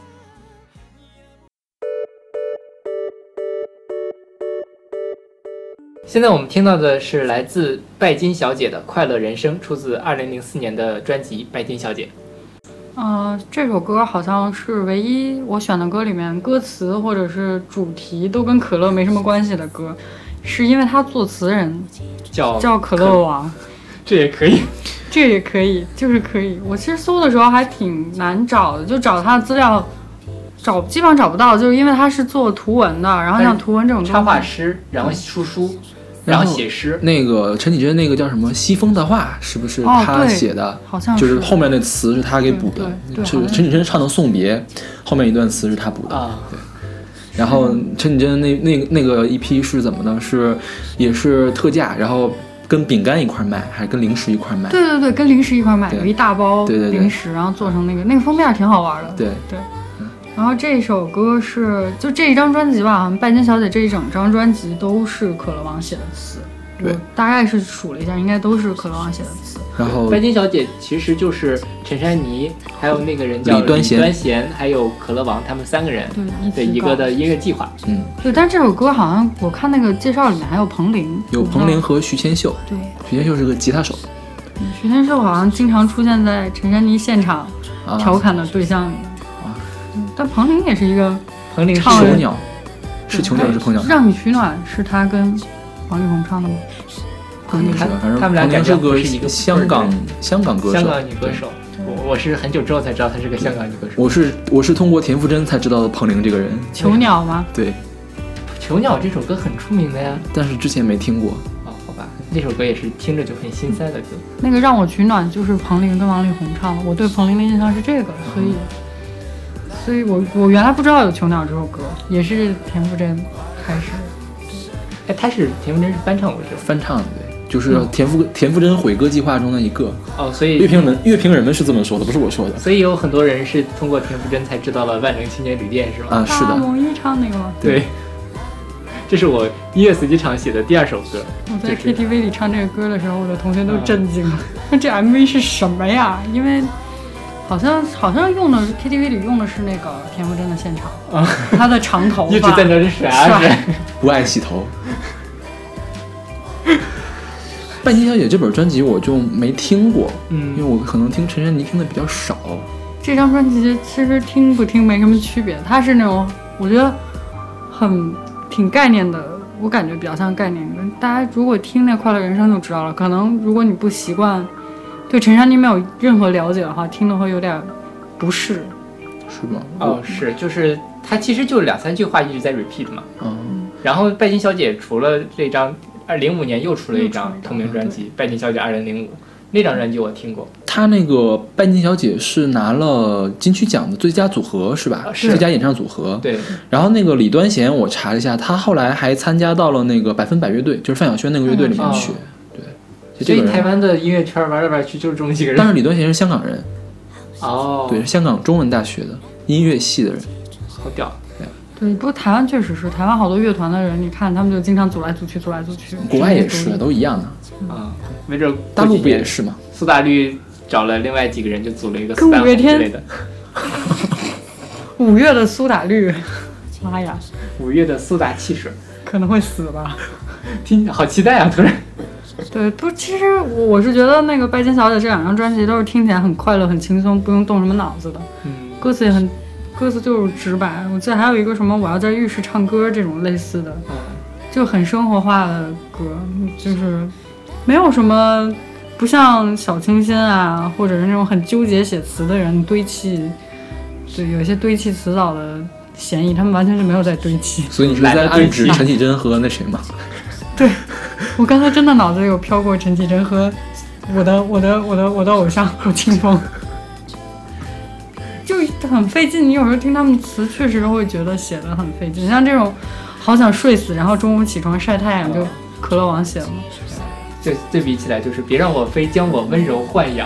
现在我们听到的是来自拜金小姐的《快乐人生》，出自二零零四年的专辑《拜金小姐》。 呃，这首歌好像是唯一我选的歌里面歌词或者是主题都跟可乐没什么关系的歌，是因为他作词人叫叫可乐王， 这也可以。 这也可以，就是可以。我其实搜的时候还挺难找的，就找他的资料，找基本上找不到，就是因为他是做图文的，然后像图文这种东西插画师，然后出书，然后写诗。 那个陈绮贞那个叫什么《西风的话》，是不是哦他写的？ 好像就是是后面那词是他给补的，是对对对好像是陈绮贞唱的《送别》，后面一段词是他补的。 啊， 对。然后陈绮贞那那那个一批是怎么呢？是也是特价，然后跟饼干一块卖，还是跟零食一块卖？ 对对对，跟零食一块买， 对有一大包对对对零食，然后做成那个那个封面挺好玩的。 对对。然后这首歌是就这一张专辑吧，好像拜金小姐这一整张专辑都是可乐王写的词， 对我大概是数了一下，应该都是可乐王写的词。 然后拜金小姐其实就是陈珊妮，还有那个人叫李端贤端贤，还有可乐王，他们三个人对一的起搞一个的音乐计划。 嗯， 对，但是这首歌好像我看那个介绍里面还有彭羚， 有我不知道彭羚和徐千秀， 对， 徐千秀是个吉他手嗯徐天秀好像经常出现在陈珊妮现场啊， 调侃的对象里。 啊嗯但彭羚也是一个彭羚是唱人囚鸟，是囚鸟还是朋鸟？ 让你取暖是他跟王力宏唱的吗？ 可能是吧，反正他们俩彭羚感觉不个是一个香港香港歌手， 香港女歌手。我我是很久之后才知道她是个香港女歌手。 我是我是通过田馥甄才知道的彭羚这个人。 囚鸟吗？ 对， 囚鸟这首歌很出名的呀。 但是之前没听过。 哦，好吧，那首歌也是听着就很心塞的歌。 那个让我取暖就是彭羚跟王力宏唱的，我对彭羚的印象是这个，所以，所以我我原来不知道有囚鸟这首歌，也是田馥甄开始。 哎，她是田馥甄是翻唱过这首。 翻唱的，对，就是田馥田馥甄毁歌计划中的一个。 哦，所以乐评人乐评人们是这么说的，不是我说的。 所以有很多人是通过田馥甄才知道了万能青年旅店，是吗？ 啊，是的， 大毛衣唱那个吗？ 对，这是我音乐随机场写的第二首歌。 我在就是 K T V 里唱这个歌的时候，我的同学都震惊了，说这 M V 是什么呀？因为好像好像用的 K T V 里用的是那个田馥甄的现场， 啊， 他的长头发一直在那儿甩啊帅甩。 不爱洗头。半斤小姐这本专辑我就没听过，因为嗯， 我可能听陈珊妮听的比较少。 这张专辑其实听不听没什么区别，它是那种我觉得很挺概念的我感觉比较像概念歌。大家如果听那《快乐人生》就知道了，可能如果你不习惯，对陈珊妮没有任何了解的话，听的会有点不适。 是吧？ 哦，是，就是他其实就两三句话一直在 repeat 嘛。 嗯。 然后拜金小姐除了这张，二零五年又出了一张同名专辑《拜金小姐二零零五》，那张专辑我听过。 她那个拜金小姐是拿了金曲奖的最佳组合是吧？ 是最佳演唱组合。 对。 然后那个李端贤我查了一下，他后来还参加到了那个百分百乐队，就是范晓萱那个乐队里面去。 哦、 对。 所以台湾的音乐圈玩来玩去就是这么几个人。 但是李端贤是香港人。 哦。 对，是香港中文大学的音乐系的人。 好屌。 对，不过台湾确实是，台湾好多乐团的人，你看他们就经常组来组去，组来组去。 国外也是，都一样的。 啊、嗯，没准大陆不也是吗？ 苏打绿找了另外几个人，就组了一个苏打绿之类的。 五月的苏打绿，妈呀！ 五月的苏打汽水可能会死吧？ 听好期待啊！突然。 对，不，其实我我是觉得那个拜金小姐这两张专辑都是听起来很快乐、很轻松，不用动什么脑子的。 嗯。 歌词也很。歌词就是直白，我记得还有一个什么我要在浴室唱歌这种类似的，就很生活化的歌，就是没有什么不像小清新啊，或者是那种很纠结写词的人堆砌，对，有一些堆砌词藻的嫌疑，他们完全是没有在堆砌。 所以你是在暗指陈绮贞和那谁吗？ 对，我刚才真的脑子里有飘过陈绮贞和我的我的我的我的偶像胡青峰。就很费劲，你有时候听他们词确实会觉得写的很费劲，像这种好想睡死，然后中午起床晒太阳，就可乐王写了嘛。 这对比起来就是别让我飞，将我温柔豢养。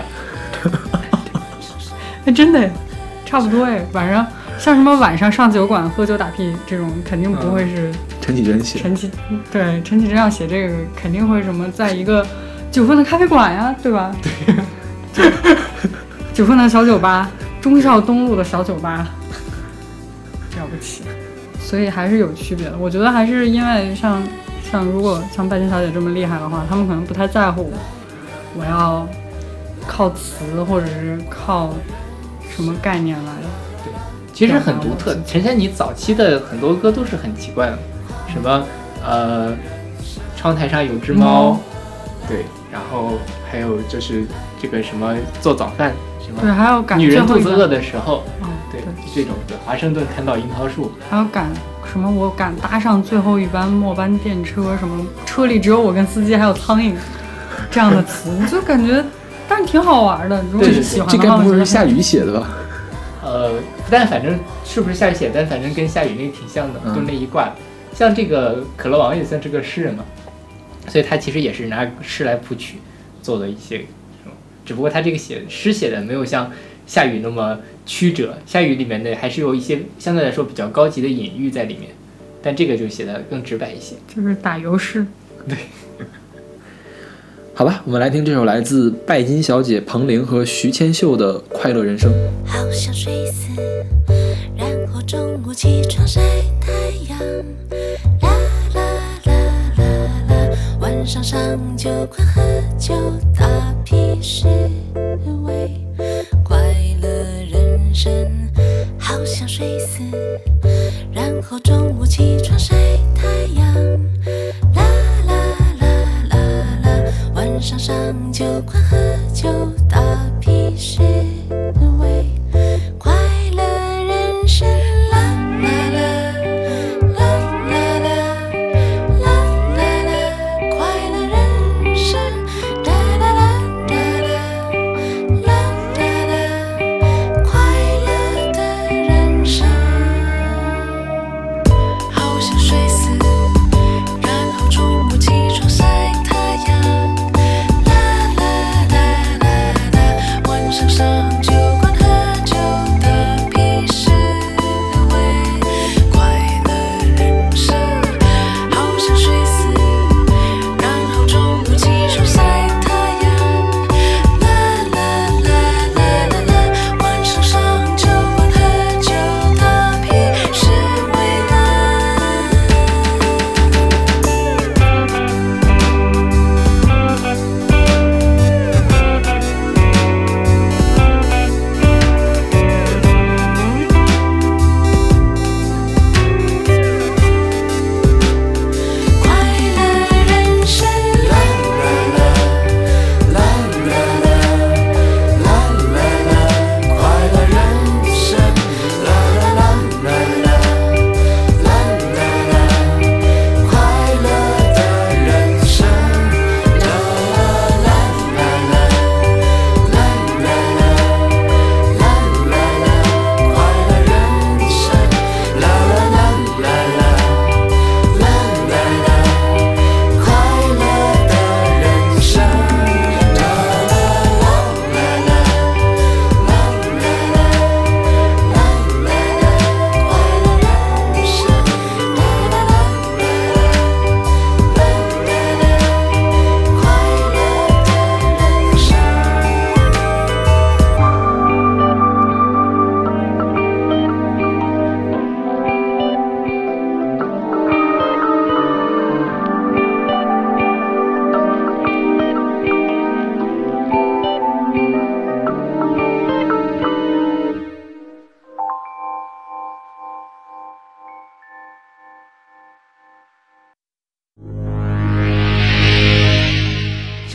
哎，真的差不多哎。晚上像什么晚上上酒馆喝酒打屁这种，肯定不会是陈绮贞写。 陈绮对陈绮贞要写这个，肯定会什么在一个九份的咖啡馆呀，对吧？对。九份的小酒吧。忠孝东路的小酒吧，了不起，所以还是有区别的。我觉得还是因为像像如果像拜金小姐这么厉害的话，他们可能不太在乎我要靠词或者是靠什么概念来。 对，其实很独特。陈珊妮早期的很多歌都是很奇怪的，什么呃，窗台上有只猫，嗯、对，然后还有就是这个什么做早饭。 对，还有赶女人肚子饿的时候， 嗯， 对，这种的。华盛顿看到樱桃树， 还有赶什么？我赶搭上最后一班末班电车，什么车里只有我跟司机，还有苍蝇，这样的词，你就感觉，但是挺好玩的。如果你喜欢的话， 这该不会是夏雨写的吧？ 呃，但反正是不是夏雨写，但反正跟夏雨那个挺像的，嗯、就那一挂。像这个可乐王也算是个诗人嘛，所以他其实也是拿诗来谱曲做的一些。只不过他这个写诗写的没有像夏雨那么曲折，夏雨里面的还是有一些相对来说比较高级的隐喻在里面，但这个就写的更直白一些， 就是打油诗。 对， 好吧，我们来听这首来自拜金小姐彭羚和徐千秀的《快乐人生》。 好想睡死，然后中午起床晒太阳，啦啦啦啦啦，晚上上酒馆喝酒打屁事味，快乐人生。好想睡死，然后中午起床晒太阳，啦啦啦啦啦，晚上上酒馆喝酒打屁事味，快乐人生。啦啦啦啦啦啦啦啦啦，快乐人生。啦啦啦啦啦啦啦啦，快乐的人生。好想睡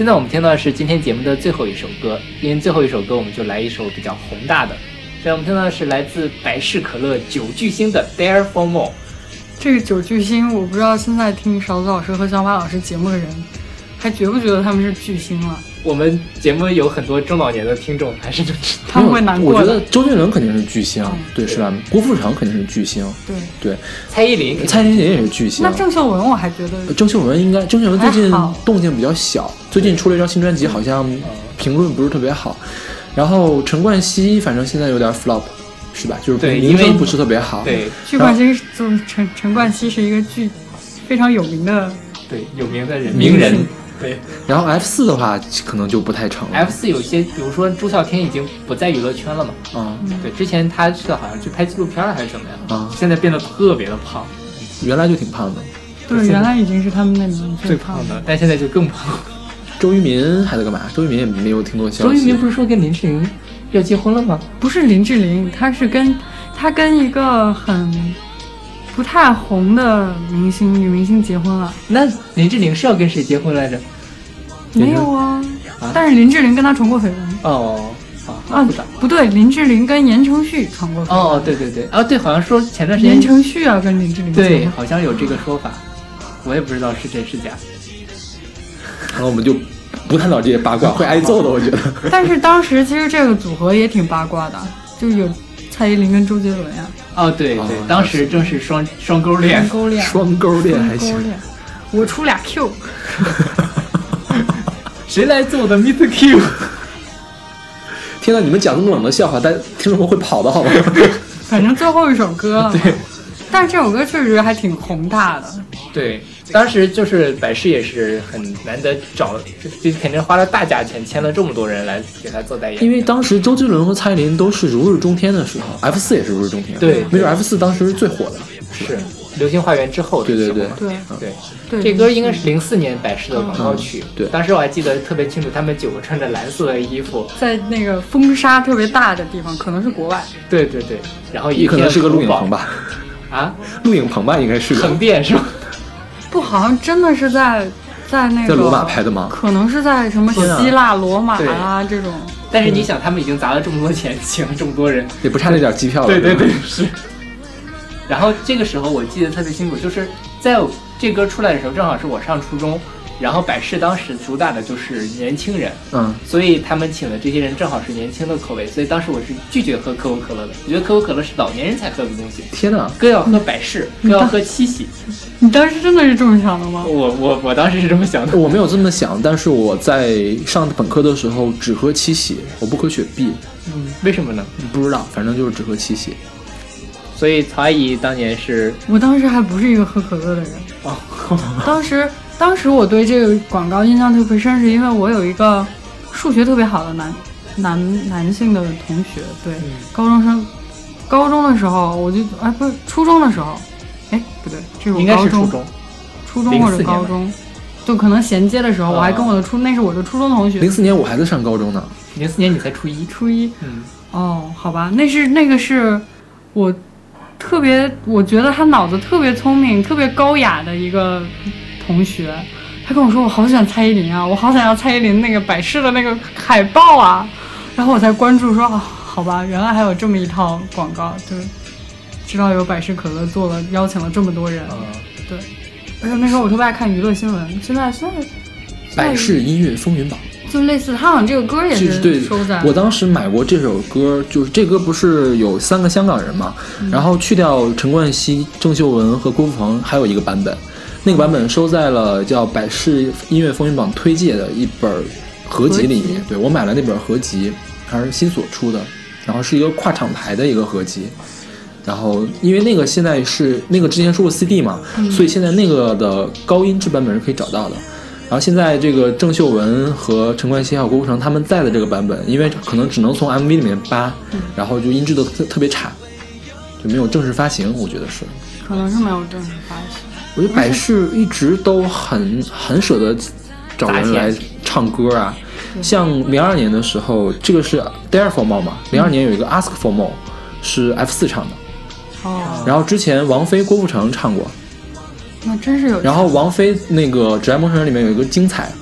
现在我们听到的是今天节目的最后一首歌，因为最后一首歌我们就来一首比较宏大的。现在我们听到的是来自百事可乐九巨星的 Dare for More。 这个九巨星，我不知道现在听勺子老师和小马老师节目的人，还觉不觉得他们是巨星了？ 我们节目有很多中老年的听众，还是他们会难过的。 我觉得周杰伦肯定是巨星， 嗯、 对，是吧？郭富城肯定是巨星， 对对。 蔡依林， 蔡依林也是巨星。 那郑秀文，我还觉得郑秀文应该，郑秀文最近动静比较小，最近出了一张新专辑，好像评论不是特别好。然后陈冠希，反正现在有点 flop。是吧？就是名声不是特别好。 对， 巨冠希就是陈陈冠希是一个巨非常有名的， 对有名的人名人。对。 然后 F 四 的话，可能就不太成了。 F 四 有些，比如说朱孝天已经不在娱乐圈了嘛。 嗯。 对，之前他是好像去拍纪录片了还是怎么样？ 啊、 嗯。现在变得特别的胖。 原来就挺胖的。 对，原来已经是他们那里面最胖的，但现在就更胖。 周渝民还在干嘛？周渝民也没有听到消息。 周渝民不是说跟林志玲要结婚了吗？ 不是林志玲，他是跟他跟一个很不太红的明星女明星结婚了。 那林志玲是要跟谁结婚来着？ 没有啊，啊但是林志玲跟他传过绯闻。 哦，啊啊，不对，林志玲跟言承旭传过绯闻。 哦，对对对，啊对，好像说前段时间言承旭啊跟林志玲结婚。 对，好像有这个说法，我也不知道是真是假。 然后我们就不探讨这些八卦，会挨揍的，我觉得。 但是当时其实这个组合也挺八卦的，就有蔡依林跟周杰伦呀。 哦，对对，哦、当时正是双双勾恋， 双勾恋， 双勾恋还行。 我出俩 Q， 谁来做的 Mister Q？ 天哪，你们讲这么冷的笑话，但听众们会跑的好吗？ 反正最后一首歌了， 对。 但是这首歌确实还挺宏大的。 对，当时就是百事也是很难得找，就肯定花了大价钱签了这么多人来给他做代言。 因为当时周杰伦和蔡依林都是如日中天的时候 ，F 四 也是如日中天。 对， 没准 F 四 当时是最火的。 是《流星花园》之后的对对对对对对， 这歌应该是零四年百事的广告曲。 嗯、对， 当时我还记得特别清楚，他们九个穿着蓝色的衣服， 在那个风沙特别大的地方，可能是国外。 对对对，然后也可能是个录影棚吧。 啊， 录影棚吧，应该是横店是吧？ 不，好像真的是在在那个在罗马拍的吗？ 可能是在什么希腊、罗马啊这种。 但是你想，他们已经砸了这么多钱，请了这么多人， 也不差那点机票了。 对对对，是。然后这个时候我记得特别清楚，就是在这歌出来的时候，正好是我上初中。然后百事当时主打的就是年轻人， 嗯， 所以他们请的这些人正好是年轻的口味，所以当时我是拒绝喝可口可乐的，我觉得可口可乐是老年人才喝的东西。 天哪， 哥要喝百事，哥要喝七喜。 你当时真的是这么想的吗？ 我我我当时是这么想的。 我没有这么想，但是我在上本科的时候只喝七喜，我不喝雪碧。 嗯，为什么呢？ 不知道，反正就是只喝七喜。 所以曹阿姨当年是， 我当时还不是一个喝可乐的人哦， 当时。当时我对这个广告印象特别深，是因为我有一个数学特别好的男男男性的同学，对，嗯、高中生，高中的时候我就哎不是初中的时候，哎不对，这是我高中， 应该是初中， 初中或者高中，就可能衔接的时候，我还跟我的初、哦、那是我的初中同学。 零四年我还在上高中呢， 零四年你才初一， 初一， 嗯， 哦，好吧，那是那个是我特别，我觉得他脑子特别聪明、特别高雅的一个。同学，他跟我说我好喜欢蔡依林啊，我好想要蔡依林那个百事的那个海报啊，然后我才关注说啊，好吧，原来还有这么一套广告，就知道有百事可乐做了，邀请了这么多人， 嗯、 对，而且那时候我特别爱看娱乐新闻，现在现在百事音乐风云榜就类似，他好像这个歌也是收在。 我当时买过这首歌，就是这歌不是有三个香港人嘛，嗯、然后去掉陈冠希、郑秀文和郭富城，还有一个版本。那个版本收在了叫百事音乐风云榜推介的一本合集里面。对，我买了那本合集，还是新所出的，然后是一个跨厂牌的一个合集。然后因为那个现在是那个之前出过 C D 嘛、嗯，所以现在那个的高音质版本是可以找到的。然后现在这个郑秀文和陈冠希还有郭富城他们在的这个版本，因为可能只能从 M V 里面扒，然后就音质都特特别差，就没有正式发行，我觉得是。 可能是没有正式发行。 我觉得百事一直都很很舍得找人来唱歌啊，像零二年的时候，这个是 Dare for More 嘛，零二年有一个 Ask for More 是 F 四 唱的， 哦， 然后之前王菲、郭富城唱过， 那真是有。 然后王菲那个《只爱陌生人》里面有一个精彩，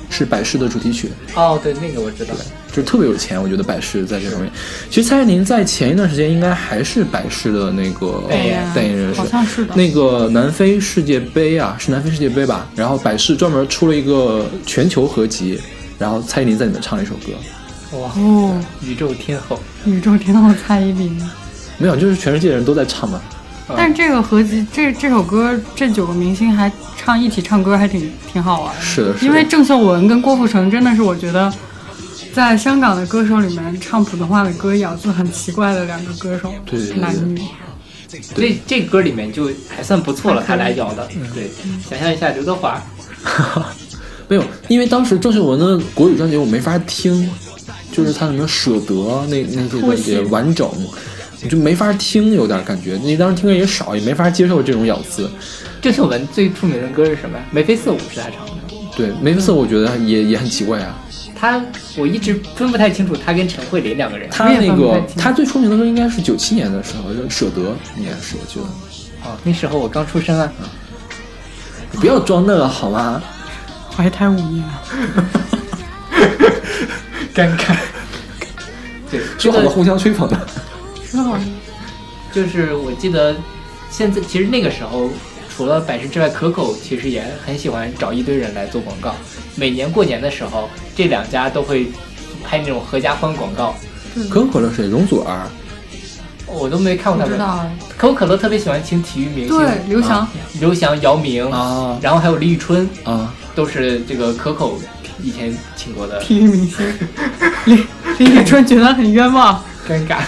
是百事的主题曲。 哦，对，那个我知道。 就是特别有钱，我觉得百事在这方面。其实蔡依林在前一段时间应该还是百事的那个代言代言人， 好像是的。 那个南非世界杯啊，是南非世界杯吧？然后百事专门出了一个全球合集，然后蔡依林在里面唱了一首歌。 哇哦， 宇宙天后， 宇宙天后蔡依林。 没有，就是全世界的人都在唱嘛。 但是这个合集，这这首歌，这九个明星还唱一起唱歌，还挺挺好玩的。 是的，是的。 因为郑秀文跟郭富城真的是我觉得，在香港的歌手里面唱普通话的歌咬字很奇怪的两个歌手， 对对对男女。 这这歌里面就还算不错了，他俩咬的。嗯、对，想象一下刘德华。 没有，因为当时郑秀文的国语专辑我没法听，就是他什么舍得那那些那些完整。我就没法听，有点感觉。你当时听歌也少，也没法接受这种咬字。 郑秀文最出名的歌是什么呀？眉飞色舞是他唱的。 对，眉飞色舞我觉得也也很奇怪啊。 他我一直分不太清楚他跟陈慧琳两个人。 他那个他最出名的歌应该是九七年的时候，就舍得应该是我觉得。 哦，那时候我刚出生啊。 你不要装那个好吗？ 怀胎五年。 尴尬。对， 说好的互相吹捧的。 就是我记得现在其实那个时候除了百事之外，可口其实也很喜欢找一堆人来做广告。每年过年的时候，这两家都会拍那种合家欢广告。 可口可乐谁？容祖儿， 我都没看过他们。可口可乐特别喜欢请体育明星， 对，刘翔、 啊、刘翔、姚明啊， 然后还有李宇春啊， 都是这个可口以前请过的体育明星。李李宇春觉得很冤枉。 尴尬，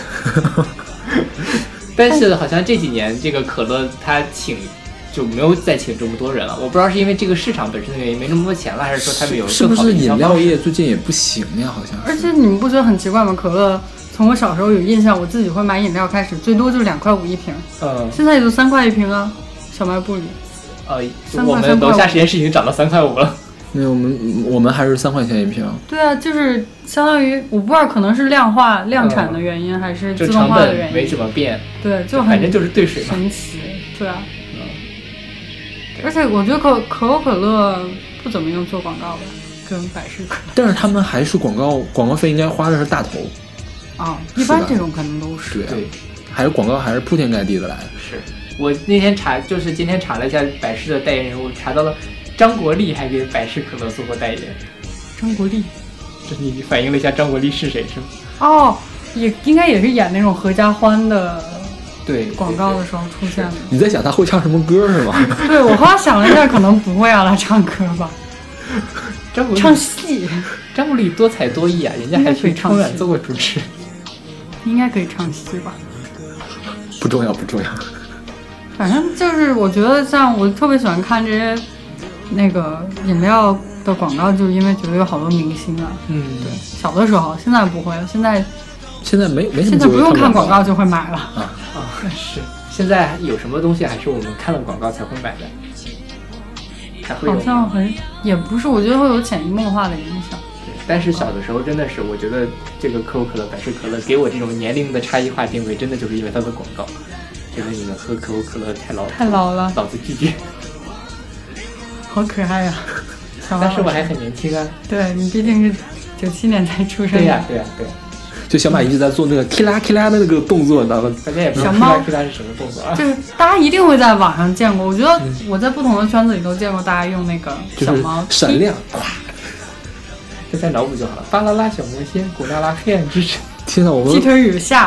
但是好像这几年这个可乐他请就没有再请这么多人了。我不知道是因为这个市场本身的原因没那么多钱了，还是说他们有是不是饮料业最近也不行呀？好像。 而且你们不觉得很奇怪吗？可乐从我小时候有印象，我自己会买饮料开始，最多就两块五一瓶， 嗯， 现在也就三块一瓶啊，小卖部里。 呃，我们楼下实验室已经涨到三块五了。 没有，我们我们还是三块钱一瓶。 对啊，就是相当于我不知道可能是量化量产的原因，嗯、还是自动化的原因， 没怎么变。 对，就很反正就是兑水嘛。 神奇，对啊。嗯。而且我觉得可可口可乐不怎么用做广告吧，跟百事可乐。 但是他们还是广告广告费应该花的是大头。 啊、哦，一般这种可能都是。 对啊，还是广告还是铺天盖地的来。 是我那天查，就是今天查了一下百事的代言人，我查到了。张国立还给百事可乐做过代言。 张国立， 这你反映了一下张国立是谁是吗？ 哦，也应该也是演那种合家欢的对广告的时候出现的。 你在想他会唱什么歌是吗？ 对，我后来想了一下，可能不会让他唱歌吧。 张国立唱戏， 张国立多才多艺啊，人家还去春晚做过主持。 应该可以唱戏吧？ 不重要，不重要。 反正就是我觉得像我特别喜欢看这些那个饮料的广告，就是因为觉得有好多明星啊。 嗯， 对，小的时候，现在不会了，现在现在没没什么， 现在不用看广告就会买了啊啊！是，现在有什么东西还是我们看了广告才会买的？还会有好像很也不是，我觉得会有潜移默化的影响。 对，但是小的时候真的是，我觉得这个可口可乐、百事可乐给我这种年龄的差异化定位，真的就是因为它的广告。觉得你们喝可口可乐太老太老了， 老子拒绝。 好可爱呀、啊！ 但是我还很年轻啊。 对，你毕竟是九七年才出生的。 对呀、啊，对呀、啊，对、啊。 就小马一直在做那个 k 啦 k 啦的那个动作，你知道吗？ 大家也不知道 k 啦 k 啦是什么动作啊。 就是大家一定会在网上见过，我觉得我在不同的圈子里都见过大家用那个小猫、 就是、闪亮， 这再脑补就好了。巴啦啦小魔仙，古啦啦黑暗之神。 天哪，我们鸡腿雨下。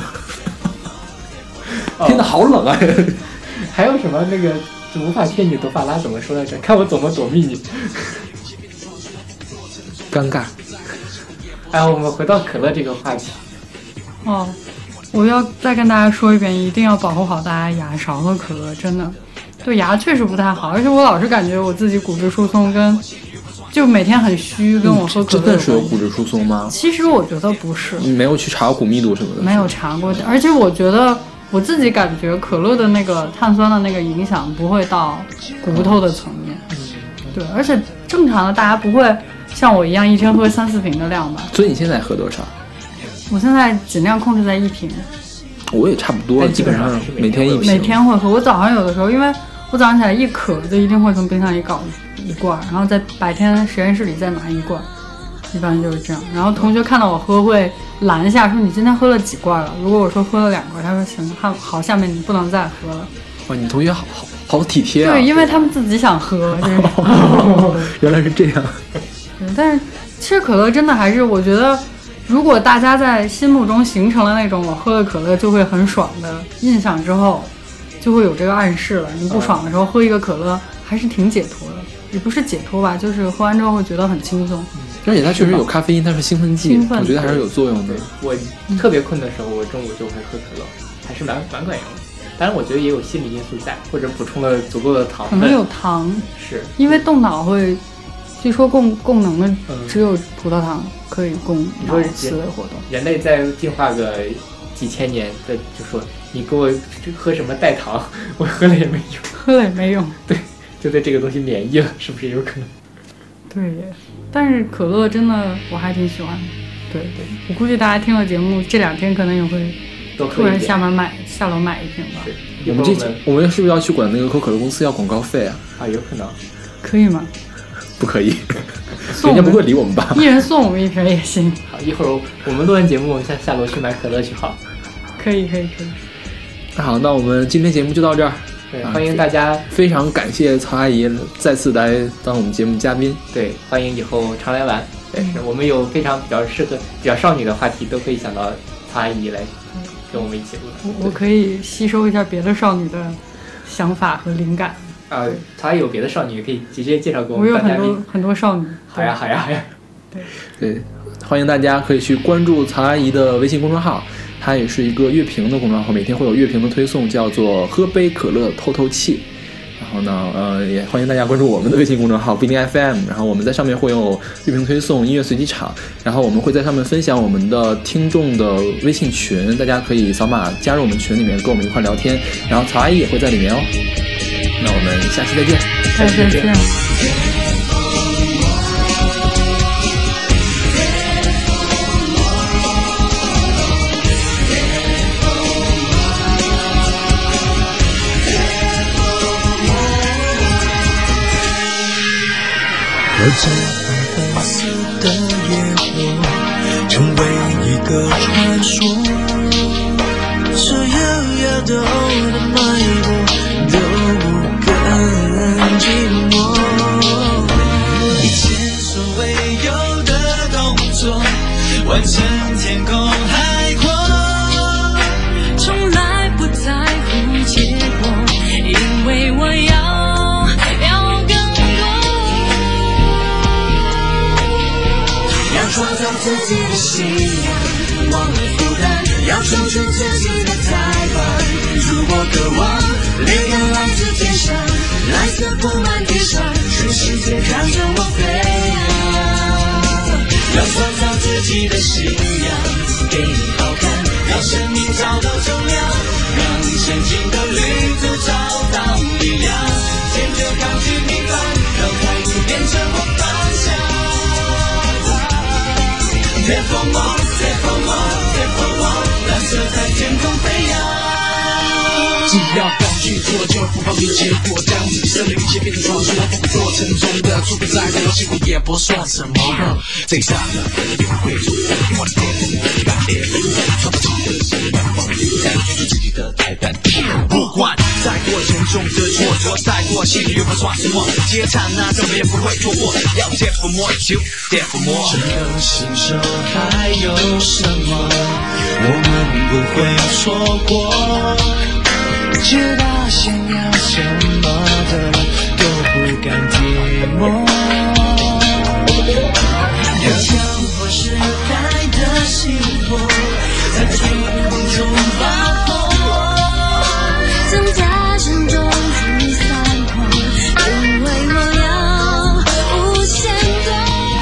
天哪，好冷啊！ 还有什么那个无法骗你朵法拉怎么说来着？看我怎么躲避你。 尴尬。 哎，我们回到可乐这个话题。 哦，我要再跟大家说一遍，一定要保护好大家牙勺和可乐，真的，对牙确实不太好。而且我老是感觉我自己骨质疏松跟就每天很虚，跟我喝可乐、嗯、 真的是有骨质疏松吗？ 其实我觉得不是。 你没有去查骨密度什么的？ 没有查过，而且我觉得。我自己感觉可乐的那个碳酸的那个影响不会到骨头的层面，对，而且正常的大家不会像我一样一天喝三四瓶的量吧。 所以你现在喝多少？ 我现在尽量控制在一瓶。 我也差不多，基本上每天一瓶。 每天会喝。我早上有的时候，因为我早上起来一渴就一定会从冰箱里搞一罐，然后在白天实验室里再拿一罐，一般就是这样。然后同学看到我喝会拦一下，说你今天喝了几罐了？如果我说喝了两罐，他说行，好，下面你不能再喝了。 哇，你同学好好好体贴啊！ 对，因为他们自己想喝，就是原来是这样。 对，但是其实可乐真的还是，我觉得如果大家在心目中形成了那种我喝了可乐就会很爽的印象之后，就会有这个暗示了。你不爽的时候喝一个可乐还是挺解脱的，也不是解脱吧，就是喝完之后会觉得很轻松。 而且它确实有咖啡因，它是兴奋剂， 兴奋我觉得还是有作用的。 我特别困的时候，我中午就会喝可乐，还是蛮蛮管用的。当然，我觉得也有心理因素在，或者补充了足够的糖分。 可能有糖， 是因为动脑会，据说供供能的只有葡萄糖可以供脑思维活动。 人类再进化个几千年，再就说你给我喝什么代糖，我喝了也没用， 喝了也没用。 对，就对这个东西免疫了，是不是有可能？ 对，但是可乐真的我还挺喜欢的。对对，我估计大家听了节目这两天可能也会突然下门买下楼买一瓶吧。 我们这我们是不是要去管那个可口可乐公司要广告费啊？ 啊，有可能。 可以吗？ 不可以，人家不会理我们吧？ 一人送我们一瓶也行。 好，一会儿我们录完节目，我们下下楼去买可乐去好。 可以可以可以。 那好，那我们今天节目就到这儿。 对，欢迎大家， 非常感谢曹阿姨再次来当我们节目嘉宾。 对，欢迎以后常来玩。对，是我们有非常比较适合、比较少女的话题，都可以想到曹阿姨来跟我们一起录。 我我可以吸收一下别的少女的想法和灵感。 啊，曹阿姨有别的少女，可以直接介绍给我们。 们。 我有很多很多少女。 好呀，好呀，好呀。 对对，欢迎大家可以去关注曹阿姨的微信公众号。它也是一个乐评的公众号，每天会有乐评的推送，叫做喝杯可乐透透气。然后呢，呃，也欢迎大家关注我们的微信公众号不一定 F M， 然后我们在上面会有乐评推送、音乐随机场，然后我们会在上面分享我们的听众的微信群，大家可以扫码加入我们群里面，跟我们一块聊天。然后曹阿姨也会在里面哦。那我们下期再见， 下期再见。 我在粉色的野火，成为一个传说。这遥遥的我的脉搏都不更寂寞。一切所未有的动作，完成天空海阔。 从来不在乎结果，因为我要。创造自己的信仰，忘了负担，要守住自己的台湾。如果渴望，灵感来自天上，蓝色布满地上，全世界看着我飞扬。要创造自己的信仰，给你好看，让生命找到重量，让前进的旅途找到力量，坚决抗拒平凡，让态度变成我方向。天风梦，天风梦，天风梦，蓝色在天空飞扬。只要敢去做，就不怕没结果。将自己生命一切变成传说，不会做沉重的，除非在这个辛苦也不算什么。这一下子也不会做，我的天，感谢创造自己的生命，放眼看出自己的台湾。不管再多沉重的挫折，再过心里又会算什么？接场啊，怎么也不会错过。要 dare for more， 就 dare for more。这个星球还有什么我们不会错过？知道想要什么的都不敢寂寞。要将我时代的幸福在天空中发火，增加沉重与散空，因为我要无限多。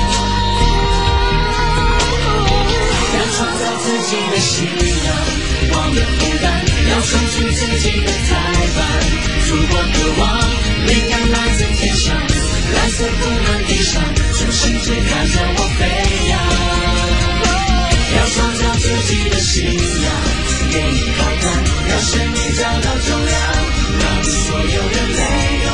要创造自己的信仰，忘了负担，要守住自己的台湾。如果渴望，灵感来自天上，蓝色布满地上，全世界看着我飞扬。要创造自己的信仰，给你好看，让生命找到重量，让所有的泪